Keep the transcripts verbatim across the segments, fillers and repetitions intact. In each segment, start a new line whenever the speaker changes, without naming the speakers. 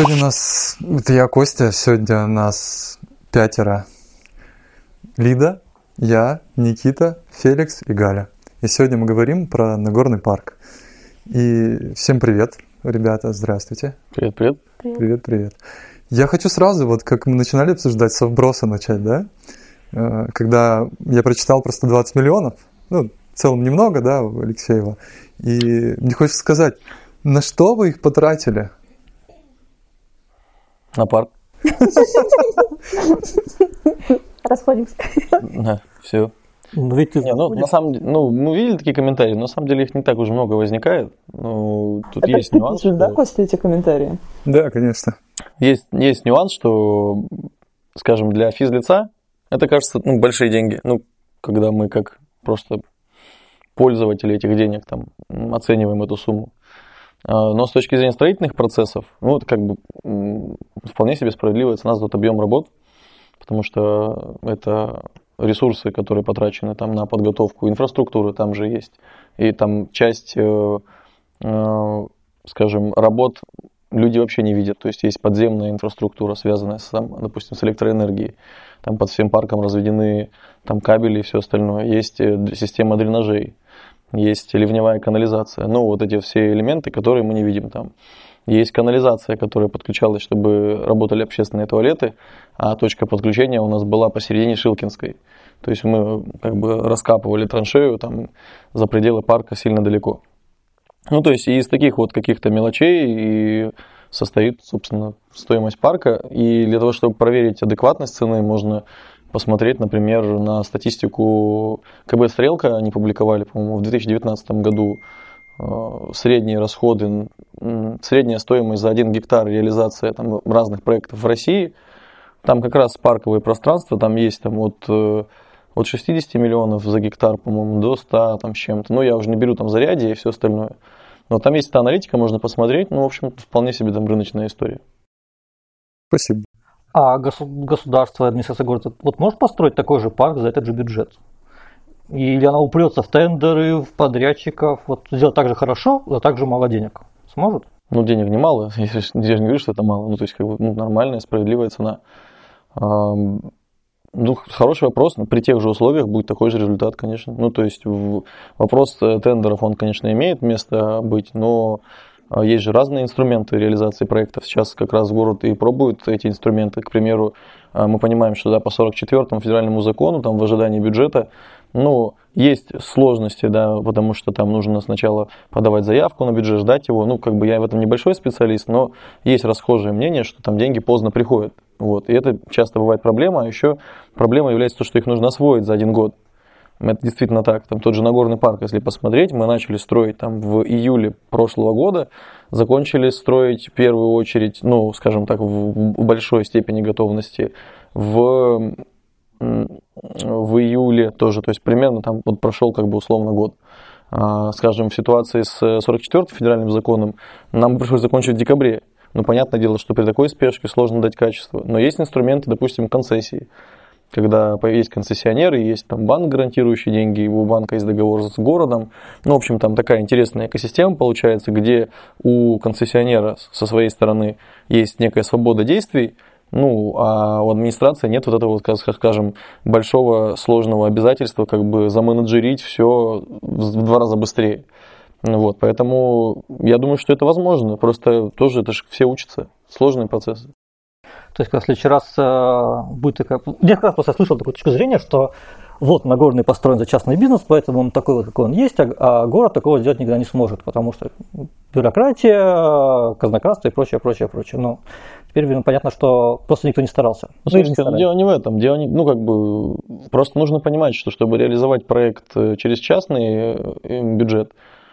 Сегодня у нас, это я, Костя, сегодня у нас пятеро. Лида, я, Никита, Феликс и Галя. И сегодня мы говорим про Нагорный парк. И всем привет, ребята, здравствуйте.
Привет, привет.
Привет, привет. Я хочу сразу, вот как мы начинали обсуждать, со вброса начать, да? Когда я прочитал просто двадцать миллионов, ну, в целом немного, да, у Алексеева. И мне хочется сказать, на что вы их потратили?
На парк.
Расходимся.
Да, все.
Ну, ведь ты
Не, ну, на самом деле, ну, мы видели такие комментарии, но на самом деле их не так уж много возникает. Ну, тут
Это
есть
ты
нюанс.
пишешь, да,
что-
Костя, эти комментарии?
Да, конечно.
Есть, есть нюанс, что, скажем, для физлица это, кажется, ну, большие деньги. Ну, когда мы как просто пользователи этих денег там оцениваем эту сумму. А, Но с точки зрения строительных процессов, ну, это как бы м, вполне себе справедливая цена за тот объем работ, потому что это ресурсы, которые потрачены там на подготовку инфраструктуры, там же есть. И там часть, э, э, скажем, работ люди вообще не видят. То есть есть подземная инфраструктура, связанная, с, там, допустим, с электроэнергией. Там под всем парком разведены там кабели и все остальное. Есть э, система дренажей, есть ливневая канализация. Ну, вот эти все элементы, которые мы не видим там. Есть канализация, которая подключалась, чтобы работали общественные туалеты, а точка подключения у нас была посередине Шилкинской. То есть мы как бы раскапывали траншею там за пределы парка сильно далеко. Ну, то есть из таких вот каких-то мелочей и состоит, собственно, стоимость парка. И для того, чтобы проверить адекватность цены, можно посмотреть, например, на статистику ка бэ «Стрелка». Они публиковали, по-моему, в две тысячи девятнадцатом году э, средние расходы, м, средняя стоимость за один гектар реализации там, разных проектов в России. Там как раз парковые пространства, там есть там, от, э, от шестьдесят миллионов за гектар, по-моему, до ста там, с чем-то. Ну, я уже не беру там зарядье и все остальное. Но там есть эта аналитика, можно посмотреть. Ну, в общем, вполне себе там рыночная история.
Спасибо.
А госу- государство, администрация города вот может построить такой же парк за этот же бюджет? Или она упрется в тендеры, в подрядчиков, вот сделать так же хорошо, за так же мало денег? Сможет?
Ну, денег немало, я же я же не говорю, что это мало. Ну, то есть, как бы, ну, нормальная, справедливая цена. Ам, Ну, хороший вопрос. При тех же условиях будет такой же результат, конечно. Ну, то есть, в- вопрос э, тендеров, он, конечно, имеет место быть, но а, есть же разные инструменты реализации проектов. Сейчас как раз город и пробует эти инструменты. К примеру, а, мы понимаем, что да, по сорок четвёртому федеральному закону, там, в ожидании бюджета, ну, есть сложности, да, потому что там нужно сначала подавать заявку на бюджет, ждать его. Ну, как бы я в этом небольшой специалист, но есть расхожее мнение, что там деньги поздно приходят. Вот. И это часто бывает проблема. А еще проблема является то, что их нужно освоить за один год. Это действительно так. Там тот же Нагорный парк, если посмотреть, мы начали строить там в июле прошлого года, закончили строить в первую очередь, ну, скажем так, в в большой степени готовности в, м, в июле тоже. То есть примерно там вот прошел как бы условно год. А, скажем, в ситуации с сорок четвёртым федеральным законом нам пришлось закончить в декабре. Ну, понятное дело, что при такой спешке сложно дать качество. Но есть инструменты, допустим, концессии. Когда есть концессионеры, есть там банк, гарантирующий деньги, у банка есть договор с городом. Ну, в общем, там такая интересная экосистема получается, где у концессионера со своей стороны есть некая свобода действий, ну, а у администрации нет вот этого, вот, скажем, большого сложного обязательства как бы заменеджерить все в два раза быстрее. Ну вот, поэтому я думаю, что это возможно. Просто тоже это же все учатся. Сложные процессы.
То есть, когда в следующий раз э, будет такая... Я как раз просто слышал такую точку зрения, что вот Нагорный построен за частный бизнес, поэтому он такой вот, какой он есть, а, а город такого сделать никогда не сможет, потому что бюрократия, казнократство и прочее, прочее, прочее. Ну, теперь, видно, понятно, что просто никто не старался.
Ну, слушайте, ну, дело не в этом. Дело не, ну, как бы, просто нужно понимать, что чтобы реализовать проект через частный бюджет,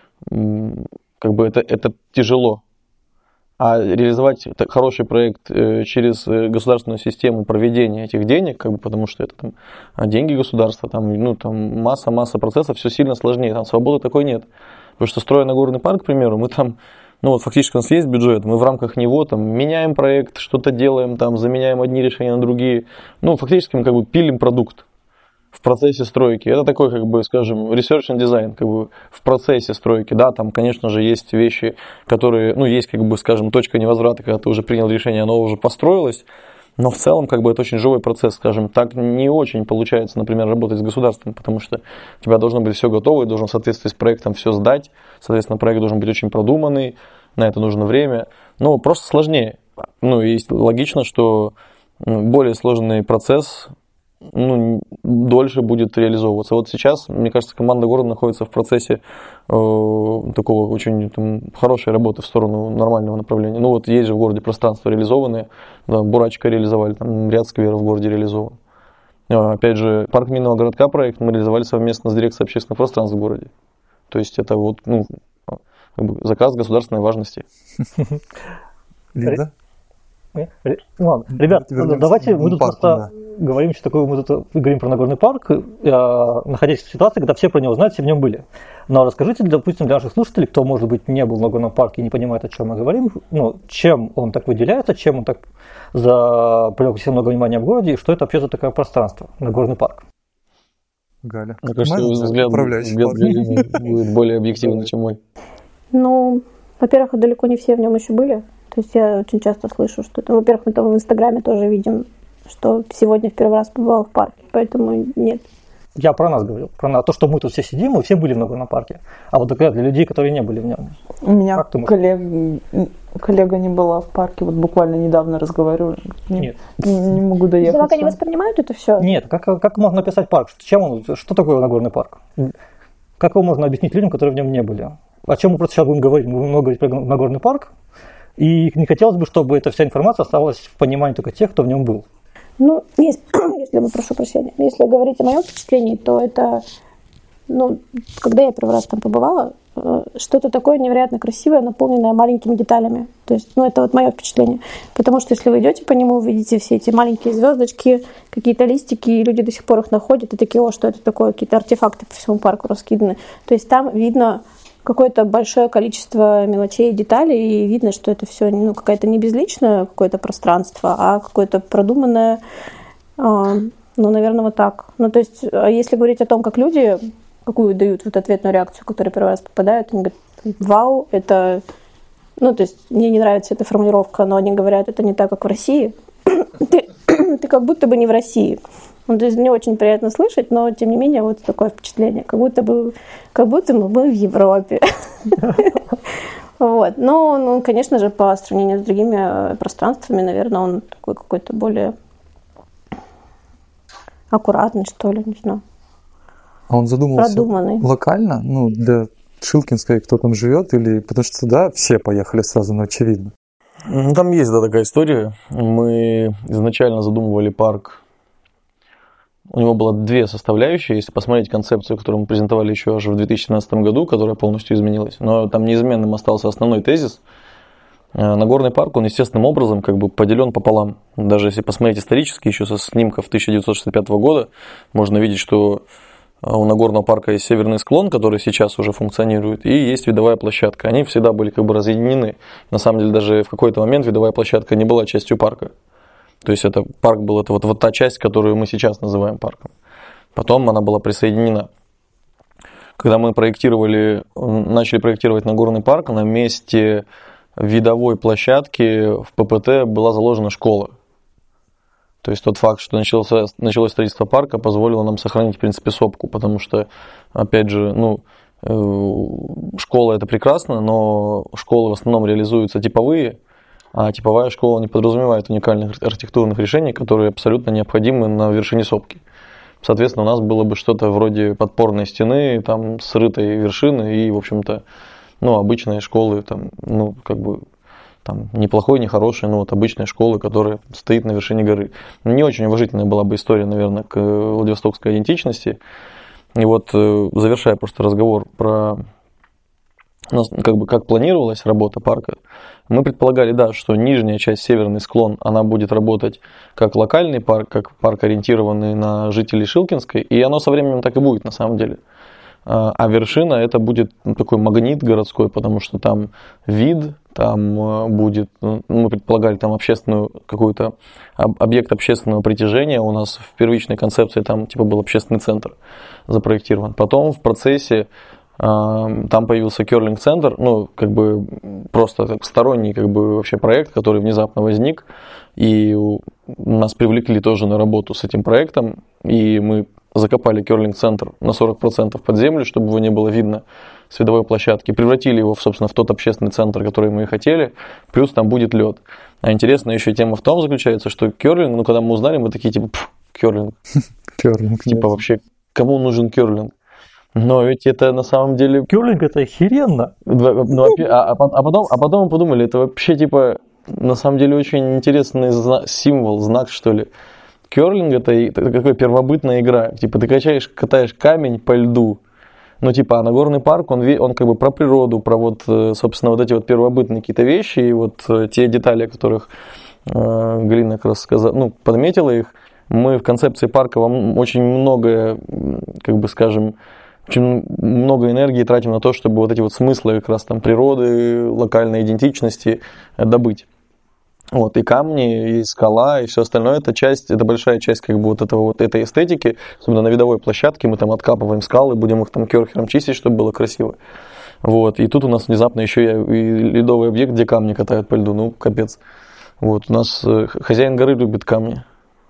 как бы это, это тяжело. А реализовать хороший проект через государственную систему проведения этих денег, как бы, потому что это там, деньги государства, там, ну, там масса-масса процессов, все сильно сложнее, там свободы такой нет. Потому что, строя Нагорный парк, к примеру, мы там, ну вот фактически у нас есть бюджет, мы в рамках него там меняем проект, что-то делаем, там, заменяем одни решения на другие. Ну, фактически мы как бы пилим продукт. в процессе стройки. Это такой, как бы, скажем, research and design, как бы в процессе стройки, да, там, конечно же, есть вещи, которые, ну, есть, как бы, скажем, точка невозврата, когда ты уже принял решение, оно уже построилось, но в целом, как бы, это очень живой процесс, скажем, так не очень получается, например, работать с государством, потому что у тебя должно быть все готово, и должен в соответствии с проектом все сдать, соответственно, проект должен быть очень продуманный, на это нужно время, но просто сложнее. Ну, и логично, что более сложный процесс, ну, дольше будет реализовываться. Вот сейчас, мне кажется, команда города находится в процессе э, такого очень там, хорошей работы в сторону нормального направления. Ну вот есть же в городе пространства реализованные, да, Бурачка реализовали, там ряд скверов в городе реализован. А, опять же, парк Минного городка проект мы реализовали совместно с дирекцией общественных пространств в городе. То есть это вот ну, как бы заказ государственной важности.
Лида?
Ладно, ребят, давайте мы тут просто говорим, что такое, мы тут говорим про Нагорный парк, находясь в ситуации, когда все про него знают, все в нем были. Но расскажите, допустим, для наших слушателей, кто, может быть, не был в Нагорном парке и не понимает, о чем мы говорим, ну, чем он так выделяется, чем он так за... привлек к себе много внимания в городе, и что это вообще за такое пространство, Нагорный парк?
Галя,
мне кажется, взгляд, взгляд будет более объективный, чем мой.
Ну, во-первых, далеко не все в нем еще были. То есть я очень часто слышу, что это, во-первых, мы там в Инстаграме тоже видим, что сегодня в первый раз побывал в парке, поэтому нет.
Я про нас говорил, про нас. То, что мы тут все сидим, мы все были в Нагорном парке. А вот для людей, которые не были в нем.
У меня коллег, коллега не была в парке, вот буквально недавно разговаривали.
Нет.
Не, не могу доехать.
Как они воспринимают это все?
Нет, как, как можно описать парк? Чем он, что такое Нагорный парк? Как его можно объяснить людям, которые в нем не были? О чем мы просто сейчас будем говорить? Мы будем много говорить про Нагорный парк. И не хотелось бы, чтобы эта вся информация осталась в понимании только тех, кто в нем был.
Ну, если, если мы, прошу прощения, если говорить о моем впечатлении, то это, ну, когда я первый раз там побывала, что-то такое невероятно красивое, наполненное маленькими деталями. То есть, ну, это вот мое впечатление. Потому что если вы идете по нему, вы видите все эти маленькие звездочки, какие-то листики, и люди до сих пор их находят, и такие, о, что это такое, какие-то артефакты по всему парку раскиданы. То есть там видно какое-то большое количество мелочей и деталей, и видно, что это все ну, какая-то не безличное какое-то пространство, а какое-то продуманное, э, ну, наверное, вот так. Ну, то есть, если говорить о том, как люди, какую дают вот ответную реакцию, которые первый раз попадают, они говорят, вау, это, ну, то есть, мне не нравится эта формулировка, но они говорят, это не так, как в России. ты, ты как будто бы не в России. Ну, то есть не очень приятно слышать, но тем не менее вот такое впечатление, как будто бы, как будто мы были в Европе. Вот. Но, ну, конечно же, по сравнению с другими пространствами, наверное, он такой какой-то более аккуратный, что ли, не знаю.
А он задумывался
продуманный.
Локально, ну, для Шилкинской, кто там живет, или потому что туда все поехали сразу, ну, очевидно.
Там есть, да, такая история. Мы изначально задумывали парк. У него было две составляющие, если посмотреть концепцию, которую мы презентовали еще аж в две тысячи семнадцатом году, которая полностью изменилась. Но там неизменным остался основной тезис. Нагорный парк, он естественным образом как бы поделен пополам. Даже если посмотреть исторически, еще со снимков тысяча девятьсот шестьдесят пятого года, можно видеть, что у Нагорного парка есть северный склон, который сейчас уже функционирует, и есть видовая площадка. Они всегда были как бы разъединены. На самом деле даже в какой-то момент видовая площадка не была частью парка. То есть это парк был, это вот, вот та часть, которую мы сейчас называем парком. Потом она была присоединена. Когда мы проектировали, начали проектировать Нагорный парк, на месте видовой площадки в ППТ была заложена школа. То есть тот факт, что началось, началось строительство парка, позволило нам сохранить, в принципе, сопку, потому что, опять же, ну, школа это прекрасно, но школы в основном реализуются типовые, а типовая школа не подразумевает уникальных архитектурных решений, которые абсолютно необходимы на вершине сопки. Соответственно, у нас было бы что-то вроде подпорной стены, там, срытой вершины и, в общем-то, ну, обычные школы, там, ну, как бы, там, неплохой, не хороший, но вот обычная школа, которая стоит на вершине горы. Не очень уважительная была бы история, наверное, к владивостокской идентичности. И вот, завершая просто разговор про, как бы, как планировалась работа парка, мы предполагали, да, что нижняя часть, северный склон, она будет работать как локальный парк, как парк, ориентированный на жителей Шилкинской, и оно со временем так и будет на самом деле. А вершина это будет такой магнит городской, потому что там вид, там будет, мы предполагали там общественную какую-то, объект общественного притяжения. У нас в первичной концепции там типа был общественный центр запроектирован. Потом в процессе там появился керлинг-центр, ну, как бы просто так, сторонний как бы вообще проект, который внезапно возник, и нас привлекли тоже на работу с этим проектом, и мы закопали керлинг-центр на сорок процентов под землю, чтобы его не было видно с видовой площадки, превратили его, собственно, в тот общественный центр, который мы и хотели, плюс там будет лед. А интересная еще тема в том заключается, что керлинг, ну, когда мы узнали, мы такие, типа, керлинг.
Керлинг.
Типа, вообще, кому нужен керлинг? Но ведь это на самом деле...
Керлинг это охеренно.
Ну, а, а, потом, а потом мы подумали, это вообще, типа, на самом деле очень интересный зна- символ, знак, что ли. Керлинг это, это какая первобытная игра. Типа, ты качаешь, катаешь камень по льду. Ну, типа, а Нагорный парк, он, он как бы про природу, про вот, собственно, вот эти вот первобытные какие-то вещи, и вот те детали, о которых э, Галина как раз сказала, ну, подметила их. Мы в концепции парка вам очень многое, как бы, скажем, очень много энергии тратим на то, чтобы вот эти вот смыслы как раз там природы, локальной идентичности добыть. Вот, и камни, и скала, и все остальное, это часть, это большая часть как бы вот этого вот этой эстетики, особенно на видовой площадке, мы там откапываем скалы, будем их там керхером чистить, чтобы было красиво. Вот, и тут у нас внезапно еще и ледовый объект, где камни катают по льду, ну, капец. Вот, у нас хозяин горы любит камни.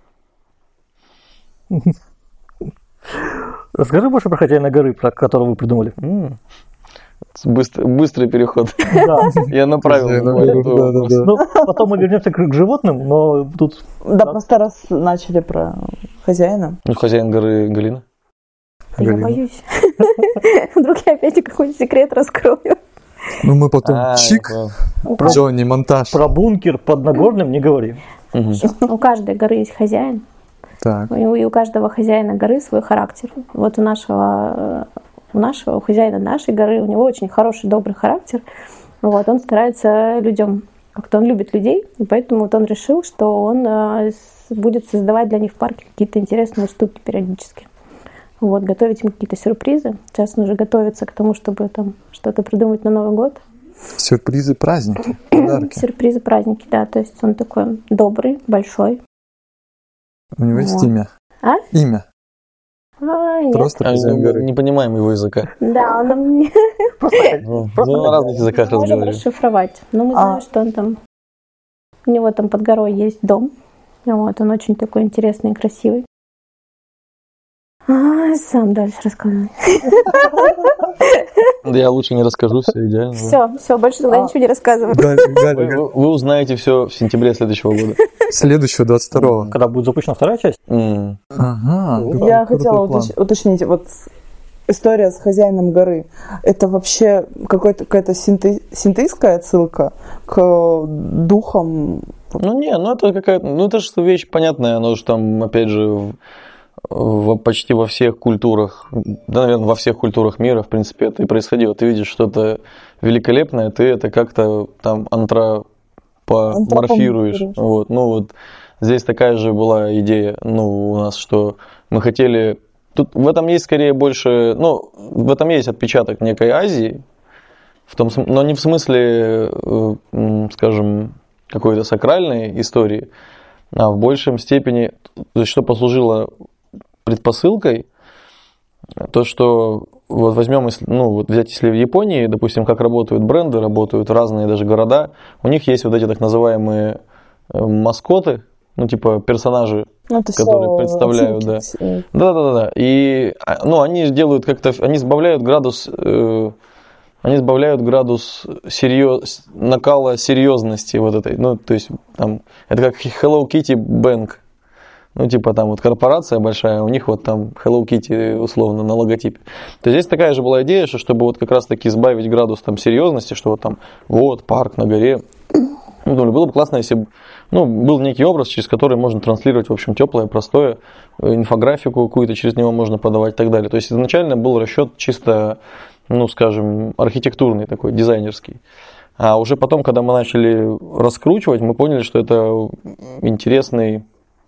Расскажи больше про хозяина горы, про которого вы придумали.
Быстрый, быстрый переход.
Да.
Я направил.
Да, да, да.
Ну, потом мы вернемся к, к животным, но тут...
Да, просто раз начали про хозяина.
Ну, хозяин горы Галина.
Я
Галина.
боюсь. Вдруг я опять какой-нибудь секрет раскрою.
Ну, мы потом
А,
чик,
я
Джонни, монтаж.
Про бункер под Нагорным не говори.
понял. Мгм.
У каждой горы есть хозяин.
Так.
И у и у каждого хозяина горы свой характер. Вот у нашего, у нашего, у хозяина нашей горы, у него очень хороший, добрый характер. Вот, он старается людям, как-то он любит людей, и поэтому вот он решил, что он э, с- будет создавать для них в парке какие-то интересные штуки периодически. Вот, готовить им какие-то сюрпризы. Сейчас он уже готовится к тому, чтобы там что-то придумать на Новый год.
Сюрпризы, праздники, подарки.
Сюрпризы, праздники, да. То есть он такой добрый, большой.
У него есть
Вот.
имя.
А?
Имя.
А, нет.
Просто
А,
хозяин
мы
горы.
не понимаем его языка.
Да, он нам не
Ну, мы на разных языках
можем
разговариваем.
расшифровать. Но мы
А.
знаем, что он там... У него там под горой есть дом. Вот, он очень такой интересный и красивый. А, сам дальше рассказывай.
Да я лучше не расскажу, все идеально. да.
Все, все, больше туда
А.
ничего не рассказывай.
Галя,
Вы,
Галя, Галя.
вы- вы узнаете все в сентябре следующего года.
Следующего, двадцать второго.
Когда будет запущена вторая часть,
М.
Ага.
Я
крутой
хотела
план.
уточ- уточнить, вот история с хозяином горы, это вообще какой-то, какая-то синте- синтеистская отсылка к духам?
Ну не, ну это какая-то, ну это же вещь понятная, оно же там, опять же, в, в- почти во всех культурах, да, наверное, во всех культурах мира, в принципе, это и происходило. Ты видишь что-то великолепное, ты это как-то там антропоморфируешь.
Антропоморфируешь.
Вот, ну вот здесь такая же была идея, ну, у нас, что мы хотели... Тут в этом есть скорее больше, ну, в этом есть отпечаток некой Азии, в том, см- но не в смысле, э, м, скажем, какой-то сакральной истории, а в большем степени, то есть, что послужило предпосылкой, то, что вот возьмем, если, ну, вот взять, если в Японии, допустим, как работают бренды, работают разные даже города, у них есть вот эти так называемые э, маскоты, ну, типа персонажи,
Ну, это
которые
всё
представляют, да.
отсылки, э,
да, да, да, да. И а, ну, они делают как-то, они сбавляют градус, э, они сбавляют градус серьез, накала серьезности вот этой. Ну, то есть, там, это как Hello Kitty Bank. Ну, типа, там вот корпорация большая, у них вот там Hello Kitty условно на логотипе. То есть, здесь такая же была идея, что чтобы вот как раз-таки сбавить градус там серьезности, что вот там, вот, парк на горе. Ну, думали, было бы классно, если бы, ну, был некий образ, через который можно транслировать, в общем, теплое, простое, э, инфографику какую-то через него можно подавать и так далее. То есть изначально был расчет чисто, ну, скажем, архитектурный такой, дизайнерский. А уже потом, когда мы начали раскручивать, мы поняли, что это интересный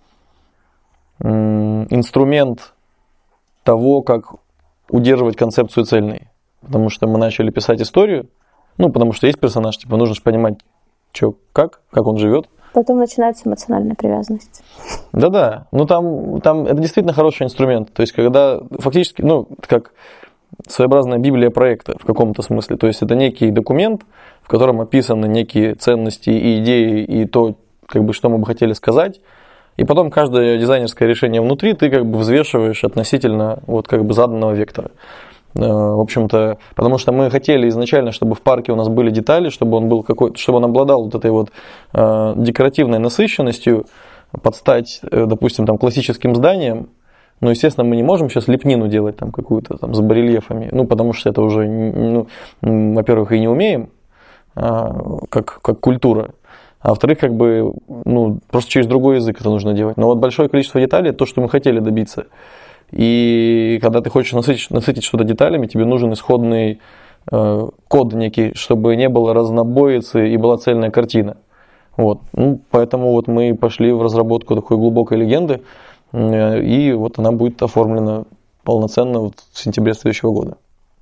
м, инструмент того, как удерживать концепцию цельной. Потому что мы начали писать историю, Ну, потому что есть персонаж, типа, нужно же понимать, что, как, как он живет.
Потом начинается эмоциональная привязанность.
Да-да, ну там, там это действительно хороший инструмент. То есть, когда фактически, ну, как своеобразная библия проекта в каком-то смысле. То есть, это некий документ, в котором описаны некие ценности и идеи, и то, как бы, что мы бы хотели сказать. И потом каждое дизайнерское решение внутри ты как бы взвешиваешь относительно вот как бы заданного вектора. В общем-то, потому что мы хотели изначально, чтобы в парке у нас были детали, чтобы он был какой-то, чтобы он обладал вот этой вот э, декоративной насыщенностью под стать, э, допустим, там классическим зданием. Но, естественно, мы не можем сейчас лепнину делать там какую-то там с барельефами, ну, потому что это уже, ну, во-первых, и не умеем, э, как, как культура. А во-вторых, как бы, ну, просто через другой язык это нужно делать. Но вот большое количество деталей – это то, что мы хотели добиться. И когда ты хочешь насытить, насытить что-то деталями, тебе нужен исходный э, код некий, чтобы не было разнобоицы и была цельная картина. Вот. Ну, поэтому вот мы пошли в разработку такой глубокой легенды, э, и вот она будет оформлена полноценно вот в сентябре следующего года.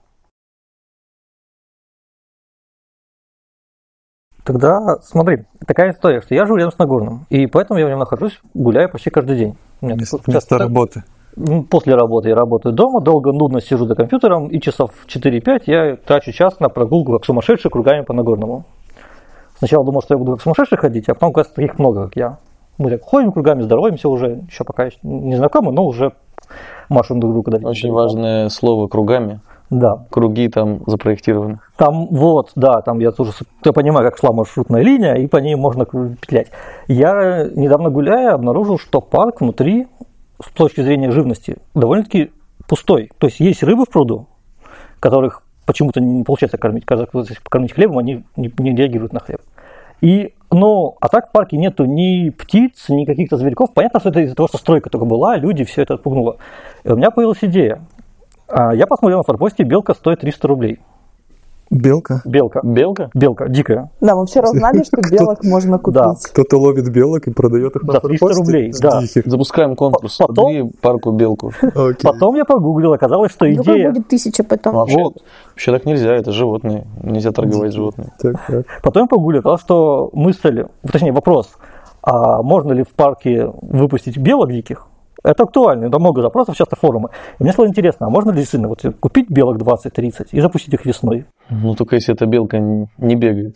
Тогда, смотри, такая история, что я живу рядом с Нагорным, и поэтому я в нем нахожусь, гуляю почти каждый день.
Вместо, вместо работы.
После работы я работаю дома, долго, нудно сижу за компьютером, и часов четыре-пять я трачу час на прогулку как сумасшедший кругами по Нагорному. Сначала думал, что я буду как сумасшедший ходить, а потом, кажется, таких много, как я. Мы так ходим кругами, здороваемся уже, еще пока не знакомы, но уже машем друг друга.
Очень важное слово «кругами».
Да.
Круги там запроектированы.
Там вот, да, там я тоже я понимаю, как шла маршрутная линия, и по ней можно петлять. Я недавно гуляя обнаружил, что парк внутри, с точки зрения живности, довольно-таки пустой. То есть есть рыбы в пруду, которых почему-то не получается кормить. Кажется, если покормить хлебом, они не, не реагируют на хлеб. И, ну, а так в парке нету ни птиц, ни каких-то зверьков. Понятно, что это из-за того, что стройка только была, люди, все это отпугнуло. И у меня появилась идея. Я посмотрел на форпосте, белка стоит триста рублей.
Белка?
Белка.
Белка?
Белка, дикая.
Да, мы вчера узнали, что белок можно купить.
Да.
Кто-то ловит белок и продает их на
За триста рублей, да.
Запускаем конкурс.
Потом-
Подари парку белку.
Окей.
Потом я погуглил, оказалось, что
Другой
идея...
будет тысяча потом.
Вообще,
Вот.
вообще так нельзя, это животные. Нельзя торговать животными.
Так, так.
Потом я погуглил, оказалось, что мысль, точнее вопрос, а можно ли в парке выпустить белок диких? Это актуально, это много запросов, часто форумы. И мне стало интересно, а можно ли действительно вот купить белок двадцать-тридцать и запустить их весной?
Ну, только если эта белка не бегает.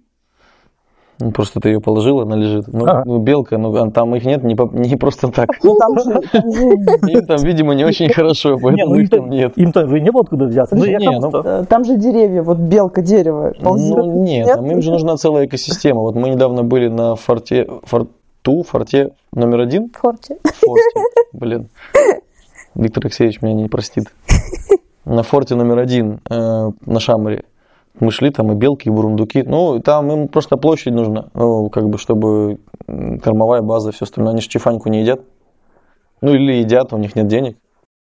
Ну, просто ты ее положил, она лежит. Ну,
Ага.
ну, белка, ну, а там их нет не, по- не просто так.
Ну, там же, там же,
Им там, видимо, не очень хорошо, поэтому их там нет.
Им там же не было откуда взяться. Ну, я
Не,
там
ну,
что?
э, там же деревья, вот белка, дерево. ползет.
Ну, нет, там им же нужна целая экосистема. Вот мы недавно были на форте, форту, форте номер один.
Форте.
Форте, блин. Виктор Алексеевич меня не простит. На форте номер один э, на Шамаре. Мы шли, там и белки, и бурундуки. Ну, там им просто площадь нужна, ну, как бы, чтобы м, кормовая база, все остальное. Они же чифаньку не едят. Ну, или едят, у них нет денег.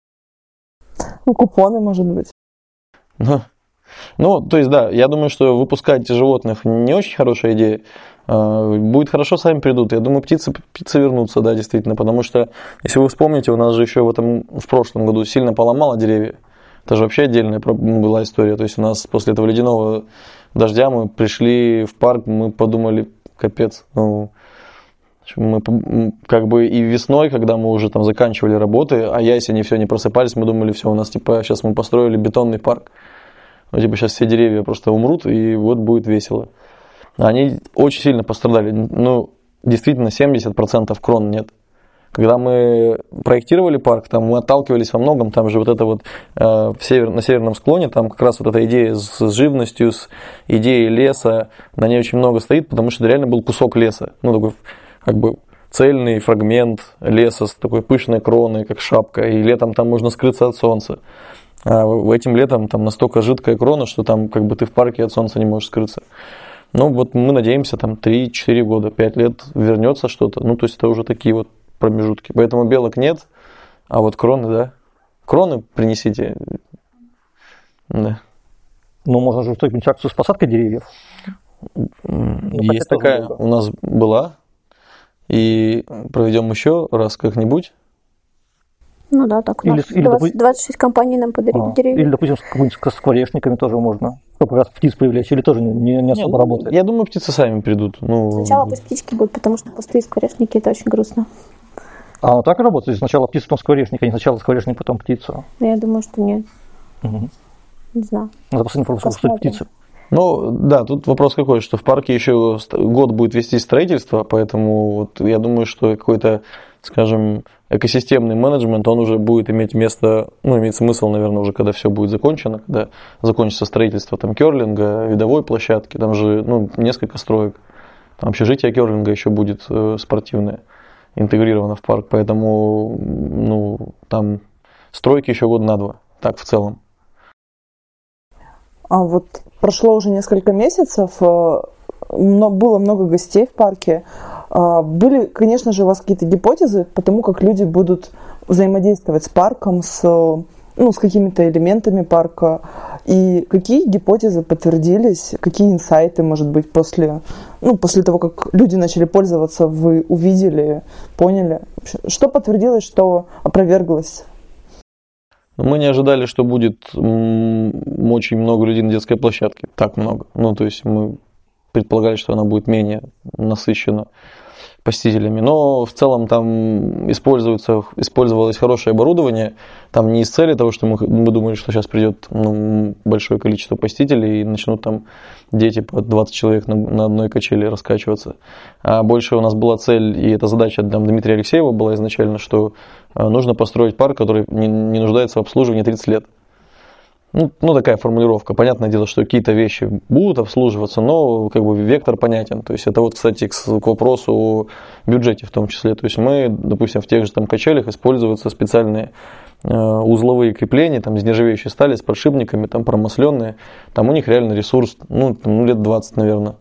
Ну, купоны, может быть.
Ну, ну, то есть, да, я думаю, что выпускать животных не очень хорошая идея. А, Будет хорошо, сами придут. Я думаю, птицы, птицы вернутся, да, действительно. Потому что, если вы вспомните, у нас же еще в этом, в прошлом году сильно поломало деревья. Это же вообще отдельная про- была история. То есть, у нас после этого ледяного дождя мы пришли в парк, мы подумали, капец, ну, мы по- м, как бы и весной, когда мы уже там заканчивали работы, а ясени все не просыпались, мы думали, все, у нас типа сейчас мы построили бетонный парк. Ну, типа сейчас все деревья просто умрут, и вот будет весело. Они очень сильно пострадали. Ну, действительно, семьдесят процентов крон нет. Когда мы проектировали парк, там мы отталкивались во многом, там же вот это вот э, в север, на северном склоне, там как раз вот эта идея с, с живностью, с идеей леса, на ней очень много стоит, потому что это реально был кусок леса. Ну, такой как бы цельный фрагмент леса с такой пышной кроной, как шапка, и летом там можно скрыться от солнца. А этим летом там настолько жидкая крона, что там как бы ты в парке от солнца не можешь скрыться. Ну, вот мы надеемся, там три-четыре года, пять лет вернется что-то. Ну, то есть это уже такие вот промежутки. Поэтому белок нет, а вот кроны, да. Кроны принесите. Да.
Ну, можно же устроить акцию с посадкой деревьев.
Есть такая, у нас была. И проведем еще раз как-нибудь.
Ну да, так у
Или
нас
с- или,
двадцать,
допу-
двадцать шесть компаний нам подарили
А,
деревья.
Или, допустим, с какими-нибудь скворечниками тоже можно, чтобы раз птиц привлечь, или тоже не, не
Не,
особо
ну,
работает.
я думаю, птицы сами придут. Ну,
Сначала пусть птички будут, потому что пустые скворечники это очень грустно.
А оно так и работает? Сначала птица, потом скворечник, а не сначала скворечник, потом птица.
Но я думаю, что нет.
Мгм.
Не знаю.
Надо посмотреть информацию, что это
Посмотрим.
птицы.
Ну, да, тут вопрос какой, что в парке еще ст- год будет вести строительство, поэтому вот я думаю, что какой-то, скажем, экосистемный менеджмент, он уже будет иметь место, ну, имеет смысл, наверное, уже когда все будет закончено, когда закончится строительство там керлинга, видовой площадки, там же, ну, несколько строек, там общежитие керлинга еще будет э, спортивное, интегрировано в парк, поэтому, ну, там стройки еще год на два, так в целом.
А вот прошло уже несколько месяцев, э, мно- было много гостей в парке. А, Были, конечно же, у вас какие-то гипотезы по тому, как люди будут взаимодействовать с парком, с, э, ну, с какими-то элементами парка. И какие гипотезы подтвердились, какие инсайты, может быть, после, ну, после того, как люди начали пользоваться, вы увидели, поняли? Вообще, что подтвердилось, что опроверглось?
Но мы не ожидали, что будет м, очень много людей на детской площадке. Так много. Ну, то есть мы предполагали, что она будет менее насыщена посетителями. Но в целом там используется, использовалось хорошее оборудование. Там не из цели того, что мы, мы думали, что сейчас придет ну, большое количество посетителей и начнут там дети по двадцать человек на, на одной качели раскачиваться. А больше у нас была цель, и эта задача там, Дмитрия Алексеева была изначально, что э, нужно построить парк, который не, не нуждается в обслуживании тридцать лет. Ну, ну, такая формулировка. Понятное дело, что какие-то вещи будут обслуживаться, но как бы вектор понятен. То есть это вот, кстати, к, к вопросу о бюджете в том числе. То есть мы, допустим, в тех же там качелях используются специальные э, узловые крепления там, из нержавеющей стали с подшипниками, там промасленные. Там у них реально ресурс, ну, там, ну лет двадцать, наверное.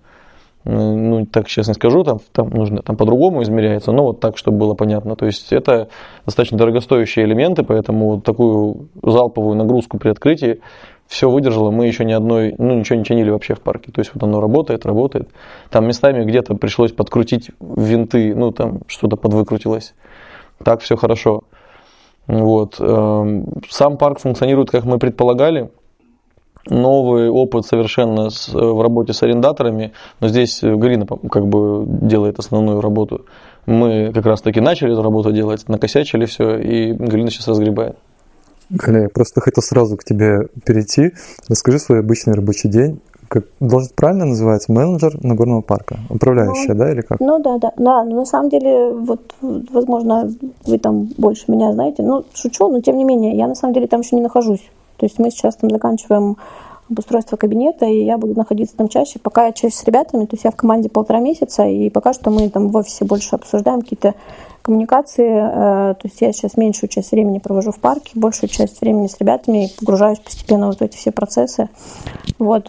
Ну, так честно скажу, там, там нужно там по-другому измеряется, но вот так, чтобы было понятно. То есть это достаточно дорогостоящие элементы, поэтому вот такую залповую нагрузку при открытии все выдержало. Мы еще ни одной, ну, ничего не чинили вообще в парке. То есть вот оно работает, работает. Там местами где-то пришлось подкрутить винты, ну, там что-то подвыкрутилось. Так все хорошо. Вот. Сам парк функционирует, как мы предполагали. Новый опыт совершенно с, в работе с арендаторами, но здесь Галина как бы делает основную работу. Мы как раз таки начали эту работу делать, накосячили все, и Галина сейчас разгребает.
Галя, я просто хотел сразу к тебе перейти. Расскажи свой обычный рабочий день. Как должность правильно называется? Менеджер Нагорного парка? Управляющая, ну, да, или как?
Ну да, да, да. Но на самом деле, вот, возможно, вы там больше меня знаете. Ну, шучу, но тем не менее, я на самом деле там еще не нахожусь. То есть мы сейчас там заканчиваем обустройство кабинета, и я буду находиться там чаще, пока я чаще с ребятами, то есть я в команде полтора месяца, и пока что мы там в офисе больше обсуждаем какие-то коммуникации, то есть я сейчас меньшую часть времени провожу в парке, большую часть времени с ребятами, и погружаюсь постепенно вот в эти все процессы. Вот,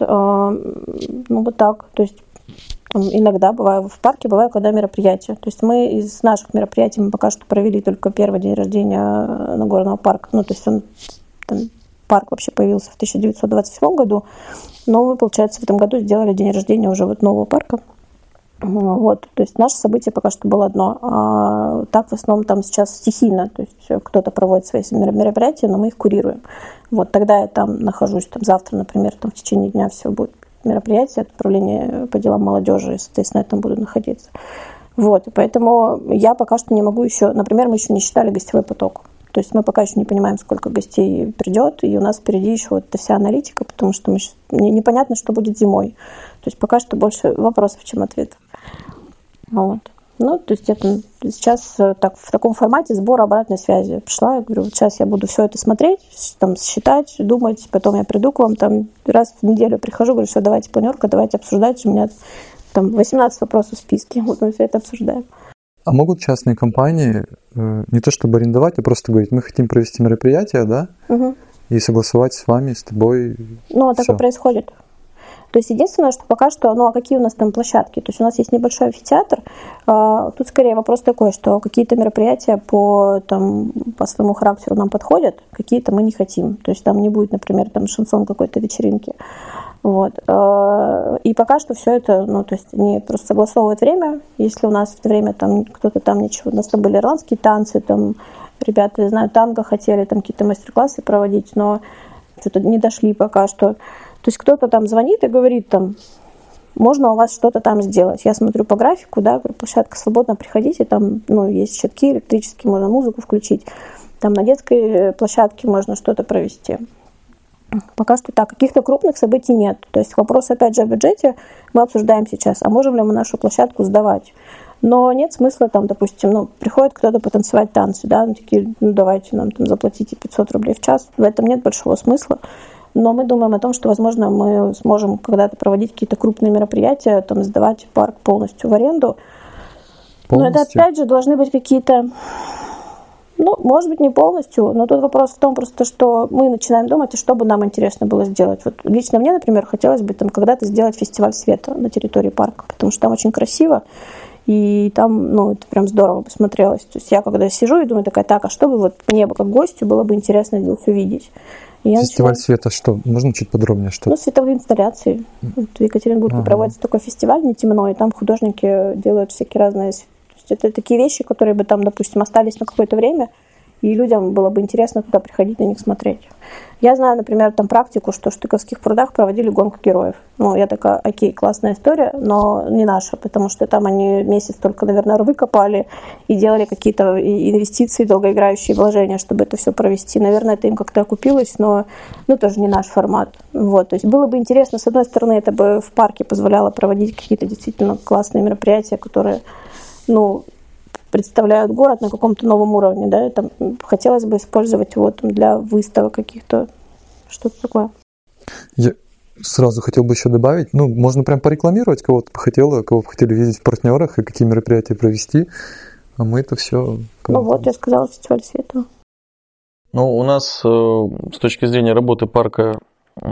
ну вот так, то есть иногда бываю в парке, бываю, когда мероприятия. То есть мы из наших мероприятий мы пока что провели только первый день рождения Нагорного парка, ну то есть он там, парк вообще появился в тысяча девятьсот двадцать седьмом году, но мы, получается, в этом году сделали день рождения уже вот нового парка. Вот, то есть наше событие пока что было одно. А так в основном там сейчас стихийно, то есть кто-то проводит свои мероприятия, но мы их курируем. Вот тогда я там нахожусь, там завтра, например, там в течение дня все будет мероприятие, отправление по делам молодежи, и, соответственно, я там буду находиться. Вот, и поэтому я пока что не могу еще, например, мы еще не считали гостевой поток. То есть мы пока еще не понимаем, сколько гостей придет, и у нас впереди еще вот эта вся аналитика, потому что мы сейчас, непонятно, что будет зимой. То есть пока что больше вопросов, чем ответов. Вот. Ну, то есть это сейчас так, в таком формате сбора обратной связи пришла. Я говорю, вот сейчас я буду все это смотреть, там, считать, думать, потом я приду к вам, там, раз в неделю прихожу, говорю, все, давайте планерка, давайте обсуждать, у меня там восемнадцать вопросов в списке, вот мы все это обсуждаем.
А могут частные компании э, не то чтобы арендовать, а просто говорить, мы хотим провести мероприятие, да, угу. и согласовать с вами, с тобой.
Ну, а так и происходит. То есть единственное, что пока что, ну а какие у нас там площадки? То есть у нас есть небольшой амфитеатр. А, тут скорее вопрос такой, что какие-то мероприятия по, там, по своему характеру нам подходят, какие-то мы не хотим. То есть там не будет, например, там шансон какой-то вечеринки. Вот. И пока что все это, ну, то есть они просто согласовывают время. Если у нас в это время там кто-то там ничего, у нас там были ирландские танцы, там ребята, я знаю, танго хотели там какие-то мастер-классы проводить, но что-то не дошли пока что. То есть кто-то там звонит и говорит там, можно у вас что-то там сделать. Я смотрю по графику, да, говорю, площадка свободна, приходите, там, ну, есть щитки электрические, можно музыку включить. Там на детской площадке можно что-то провести. Пока что так, каких-то крупных событий нет. То есть вопрос, опять же, о бюджете мы обсуждаем сейчас. А можем ли мы нашу площадку сдавать? Но нет смысла там, допустим, ну, приходит кто-то потанцевать танцы, да, ну, такие, ну, давайте нам там заплатите пятьсот рублей в час. В этом нет большого смысла. Но мы думаем о том, что, возможно, мы сможем когда-то проводить какие-то крупные мероприятия, там, сдавать парк полностью в аренду. Полностью? Но это, опять же, должны быть какие-то... Ну, может быть, не полностью, но тут вопрос в том просто, что мы начинаем думать, а что бы нам интересно было сделать. Вот лично мне, например, хотелось бы там когда-то сделать фестиваль света на территории парка, потому что там очень красиво, и там, ну, это прям здорово бы смотрелось. То есть я когда сижу и думаю такая, так, а что бы вот мне бы как гостю было бы интересно здесь увидеть? И
фестиваль
начинаю...
света что? Можно чуть подробнее? Что?
Ну, световые инсталляции. Вот в Екатеринбурге ага. проводится такой фестиваль «Не темно», и там художники делают всякие разные... Это такие вещи, которые бы там, допустим, остались на какое-то время, и людям было бы интересно туда приходить, на них смотреть. Я знаю, например, там практику, что в Штыковских прудах проводили гонку героев. Ну, я такая, окей, классная история, но не наша, потому что там они месяц только, наверное, рвы копали и делали какие-то инвестиции, долгоиграющие вложения, чтобы это все провести. Наверное, это им как-то окупилось, но ну, тоже не наш формат. Вот. То есть было бы интересно, с одной стороны, это бы в парке позволяло проводить какие-то действительно классные мероприятия, которые... ну, представляют город на каком-то новом уровне, да, там хотелось бы использовать его там, для выставок каких-то, что-то такое.
Я сразу хотел бы еще добавить, ну, можно прям порекламировать, кого ты бы хотела, кого бы хотели видеть в партнерах и какие мероприятия провести, а мы это все...
Ну вот, я сказала, фестиваль света.
Ну, у нас э, с точки зрения работы парка, э,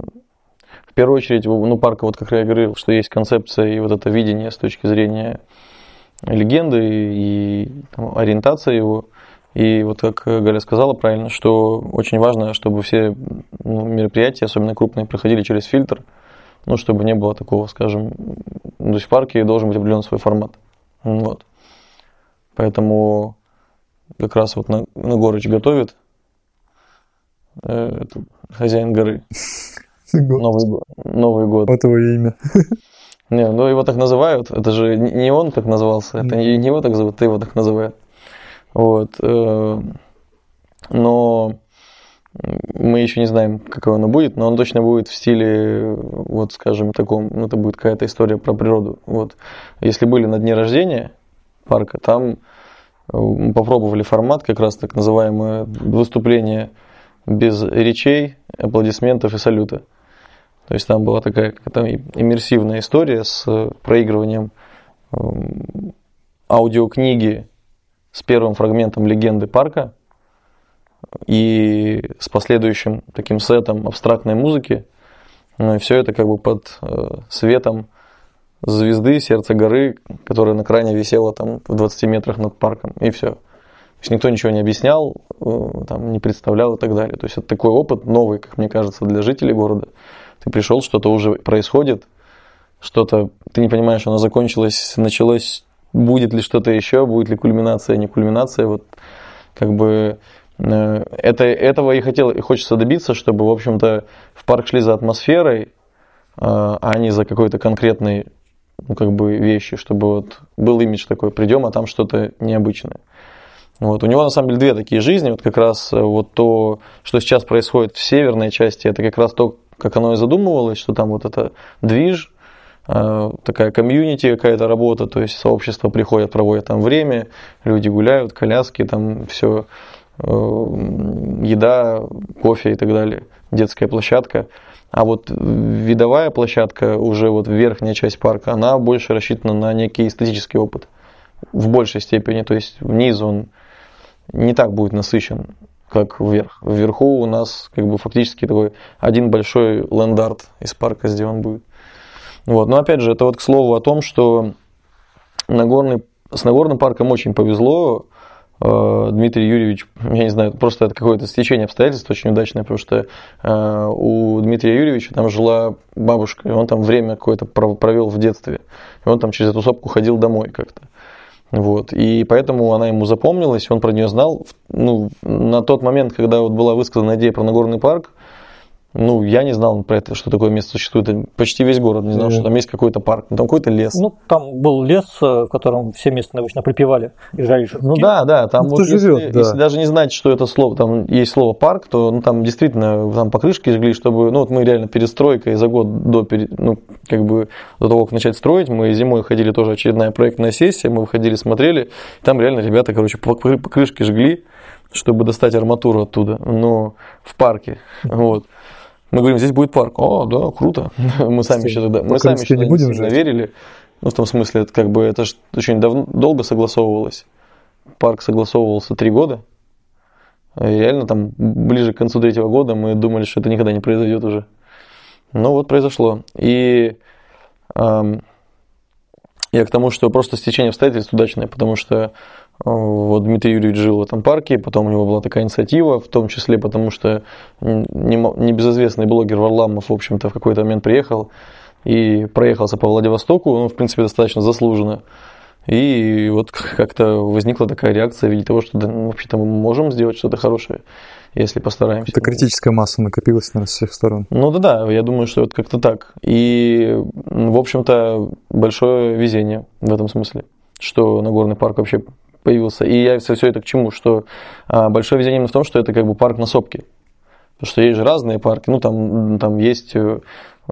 в первую очередь, ну, парка, вот как я говорил, что есть концепция и вот это видение с точки зрения легенды и там, ориентация его. И вот как Галя сказала правильно, что очень важно, чтобы все ну, мероприятия, особенно крупные, проходили через фильтр, ну, чтобы не было такого, скажем, то есть в парке должен быть определенный свой формат. Вот. Поэтому как раз вот Нагорыч готовит, э, хозяин горы. Новый год. Новый год.
Вот его имя.
Не, ну его так называют, это же не он так назвался, это не его так зовут, ты его так называют. Вот. Но мы еще не знаем, какое оно будет, но он точно будет в стиле, вот скажем, таком, ну это будет какая-то история про природу. Вот. Если были на дне рождения парка, там мы попробовали формат, как раз так называемое выступление без речей, аплодисментов и салюта. То есть там была такая какая-то иммерсивная история с проигрыванием э, аудиокниги с первым фрагментом легенды парка и с последующим таким сетом абстрактной музыки. Ну и все это как бы под э, светом звезды, сердца горы, которая на кране висела там в двадцати метрах над парком. И все. То есть никто ничего не объяснял, э, там, не представлял и так далее. То есть это такой опыт новый, как мне кажется, для жителей города. Ты пришел, что-то уже происходит, что-то, ты не понимаешь, оно закончилось, началось, будет ли что-то еще, будет ли кульминация, не кульминация. Вот как бы э, это, этого и хотел, и хочется добиться, чтобы, в общем-то, в парк шли за атмосферой, э, а не за какой-то конкретной, ну, как бы вещи, чтобы вот был имидж такой, придем, а там что-то необычное. Вот. У него, на самом деле, две такие жизни. Вот как раз вот то, что сейчас происходит в северной части, это как раз то, как оно и задумывалось, что там вот это движ, такая комьюнити какая-то работа, то есть сообщество приходят, проводят там время, люди гуляют, коляски, там все, еда, кофе и так далее, детская площадка. А вот видовая площадка, уже вот верхняя часть парка, она больше рассчитана на некий эстетический опыт в большей степени, то есть вниз он не так будет насыщен, как вверх. Вверху у нас как бы фактически такой один большой ленд-арт из парка сделан будет. Вот. Но опять же, это вот к слову о том, что Нагорный, с Нагорным парком очень повезло. Дмитрий Юрьевич, я не знаю, просто это какое-то стечение обстоятельств очень удачное, потому что у Дмитрия Юрьевича там жила бабушка, и он там время какое-то провел в детстве. И он там через эту сопку ходил домой как-то. Вот. И поэтому она ему запомнилась, он про нее знал. Ну, на тот момент, когда вот была высказана идея про Нагорный парк, ну, я не знал про это, что такое место существует. Почти весь город не знал, mm. что там есть какой-то парк, там какой-то лес.
Ну, там был лес, в котором все местные обычно припевали и жали шашлыки.
Ну да, да, там
ну,
вот если,
живет, да.
если даже не знать, что это слово, там есть слово парк, то ну, там действительно там покрышки жгли, чтобы, ну вот мы реально перестройкой за год до, ну, как бы, до того, как начать строить, мы зимой ходили, тоже очередная проектная сессия, мы выходили, смотрели, и там реально ребята, короче, покрышки жгли, чтобы достать арматуру оттуда, но в парке, вот. Мы говорим, здесь будет парк. О, да, круто. Мы сами еще тогда, мы сами еще
не будем
не верили. Ну, в том смысле, это как бы это ж очень давно, долго согласовывалось. Парк согласовывался три года. И реально там ближе к концу третьего года мы думали, что это никогда не произойдет уже. Ну вот произошло. И эм, я к тому, что просто стечение обстоятельств удачное, потому что вот Дмитрий Юрьевич жил в этом парке, потом у него была такая инициатива, в том числе потому, что небезызвестный блогер Варламов, в общем-то, в какой-то момент приехал и проехался по Владивостоку, ну, в принципе, достаточно заслуженно. И вот как-то возникла такая реакция в виде того, что да, вообще-то мы можем сделать что-то хорошее, если постараемся.
Это критическая масса накопилась, наверное, с всех сторон.
Ну да-да, я думаю, что это как-то так. И, в общем-то, большое везение в этом смысле, что Нагорный парк вообще появился. И я все, все это к чему? Что а, большое везение именно в том, что это как бы парк на сопке. Потому что есть же разные парки. Ну, там, там есть э,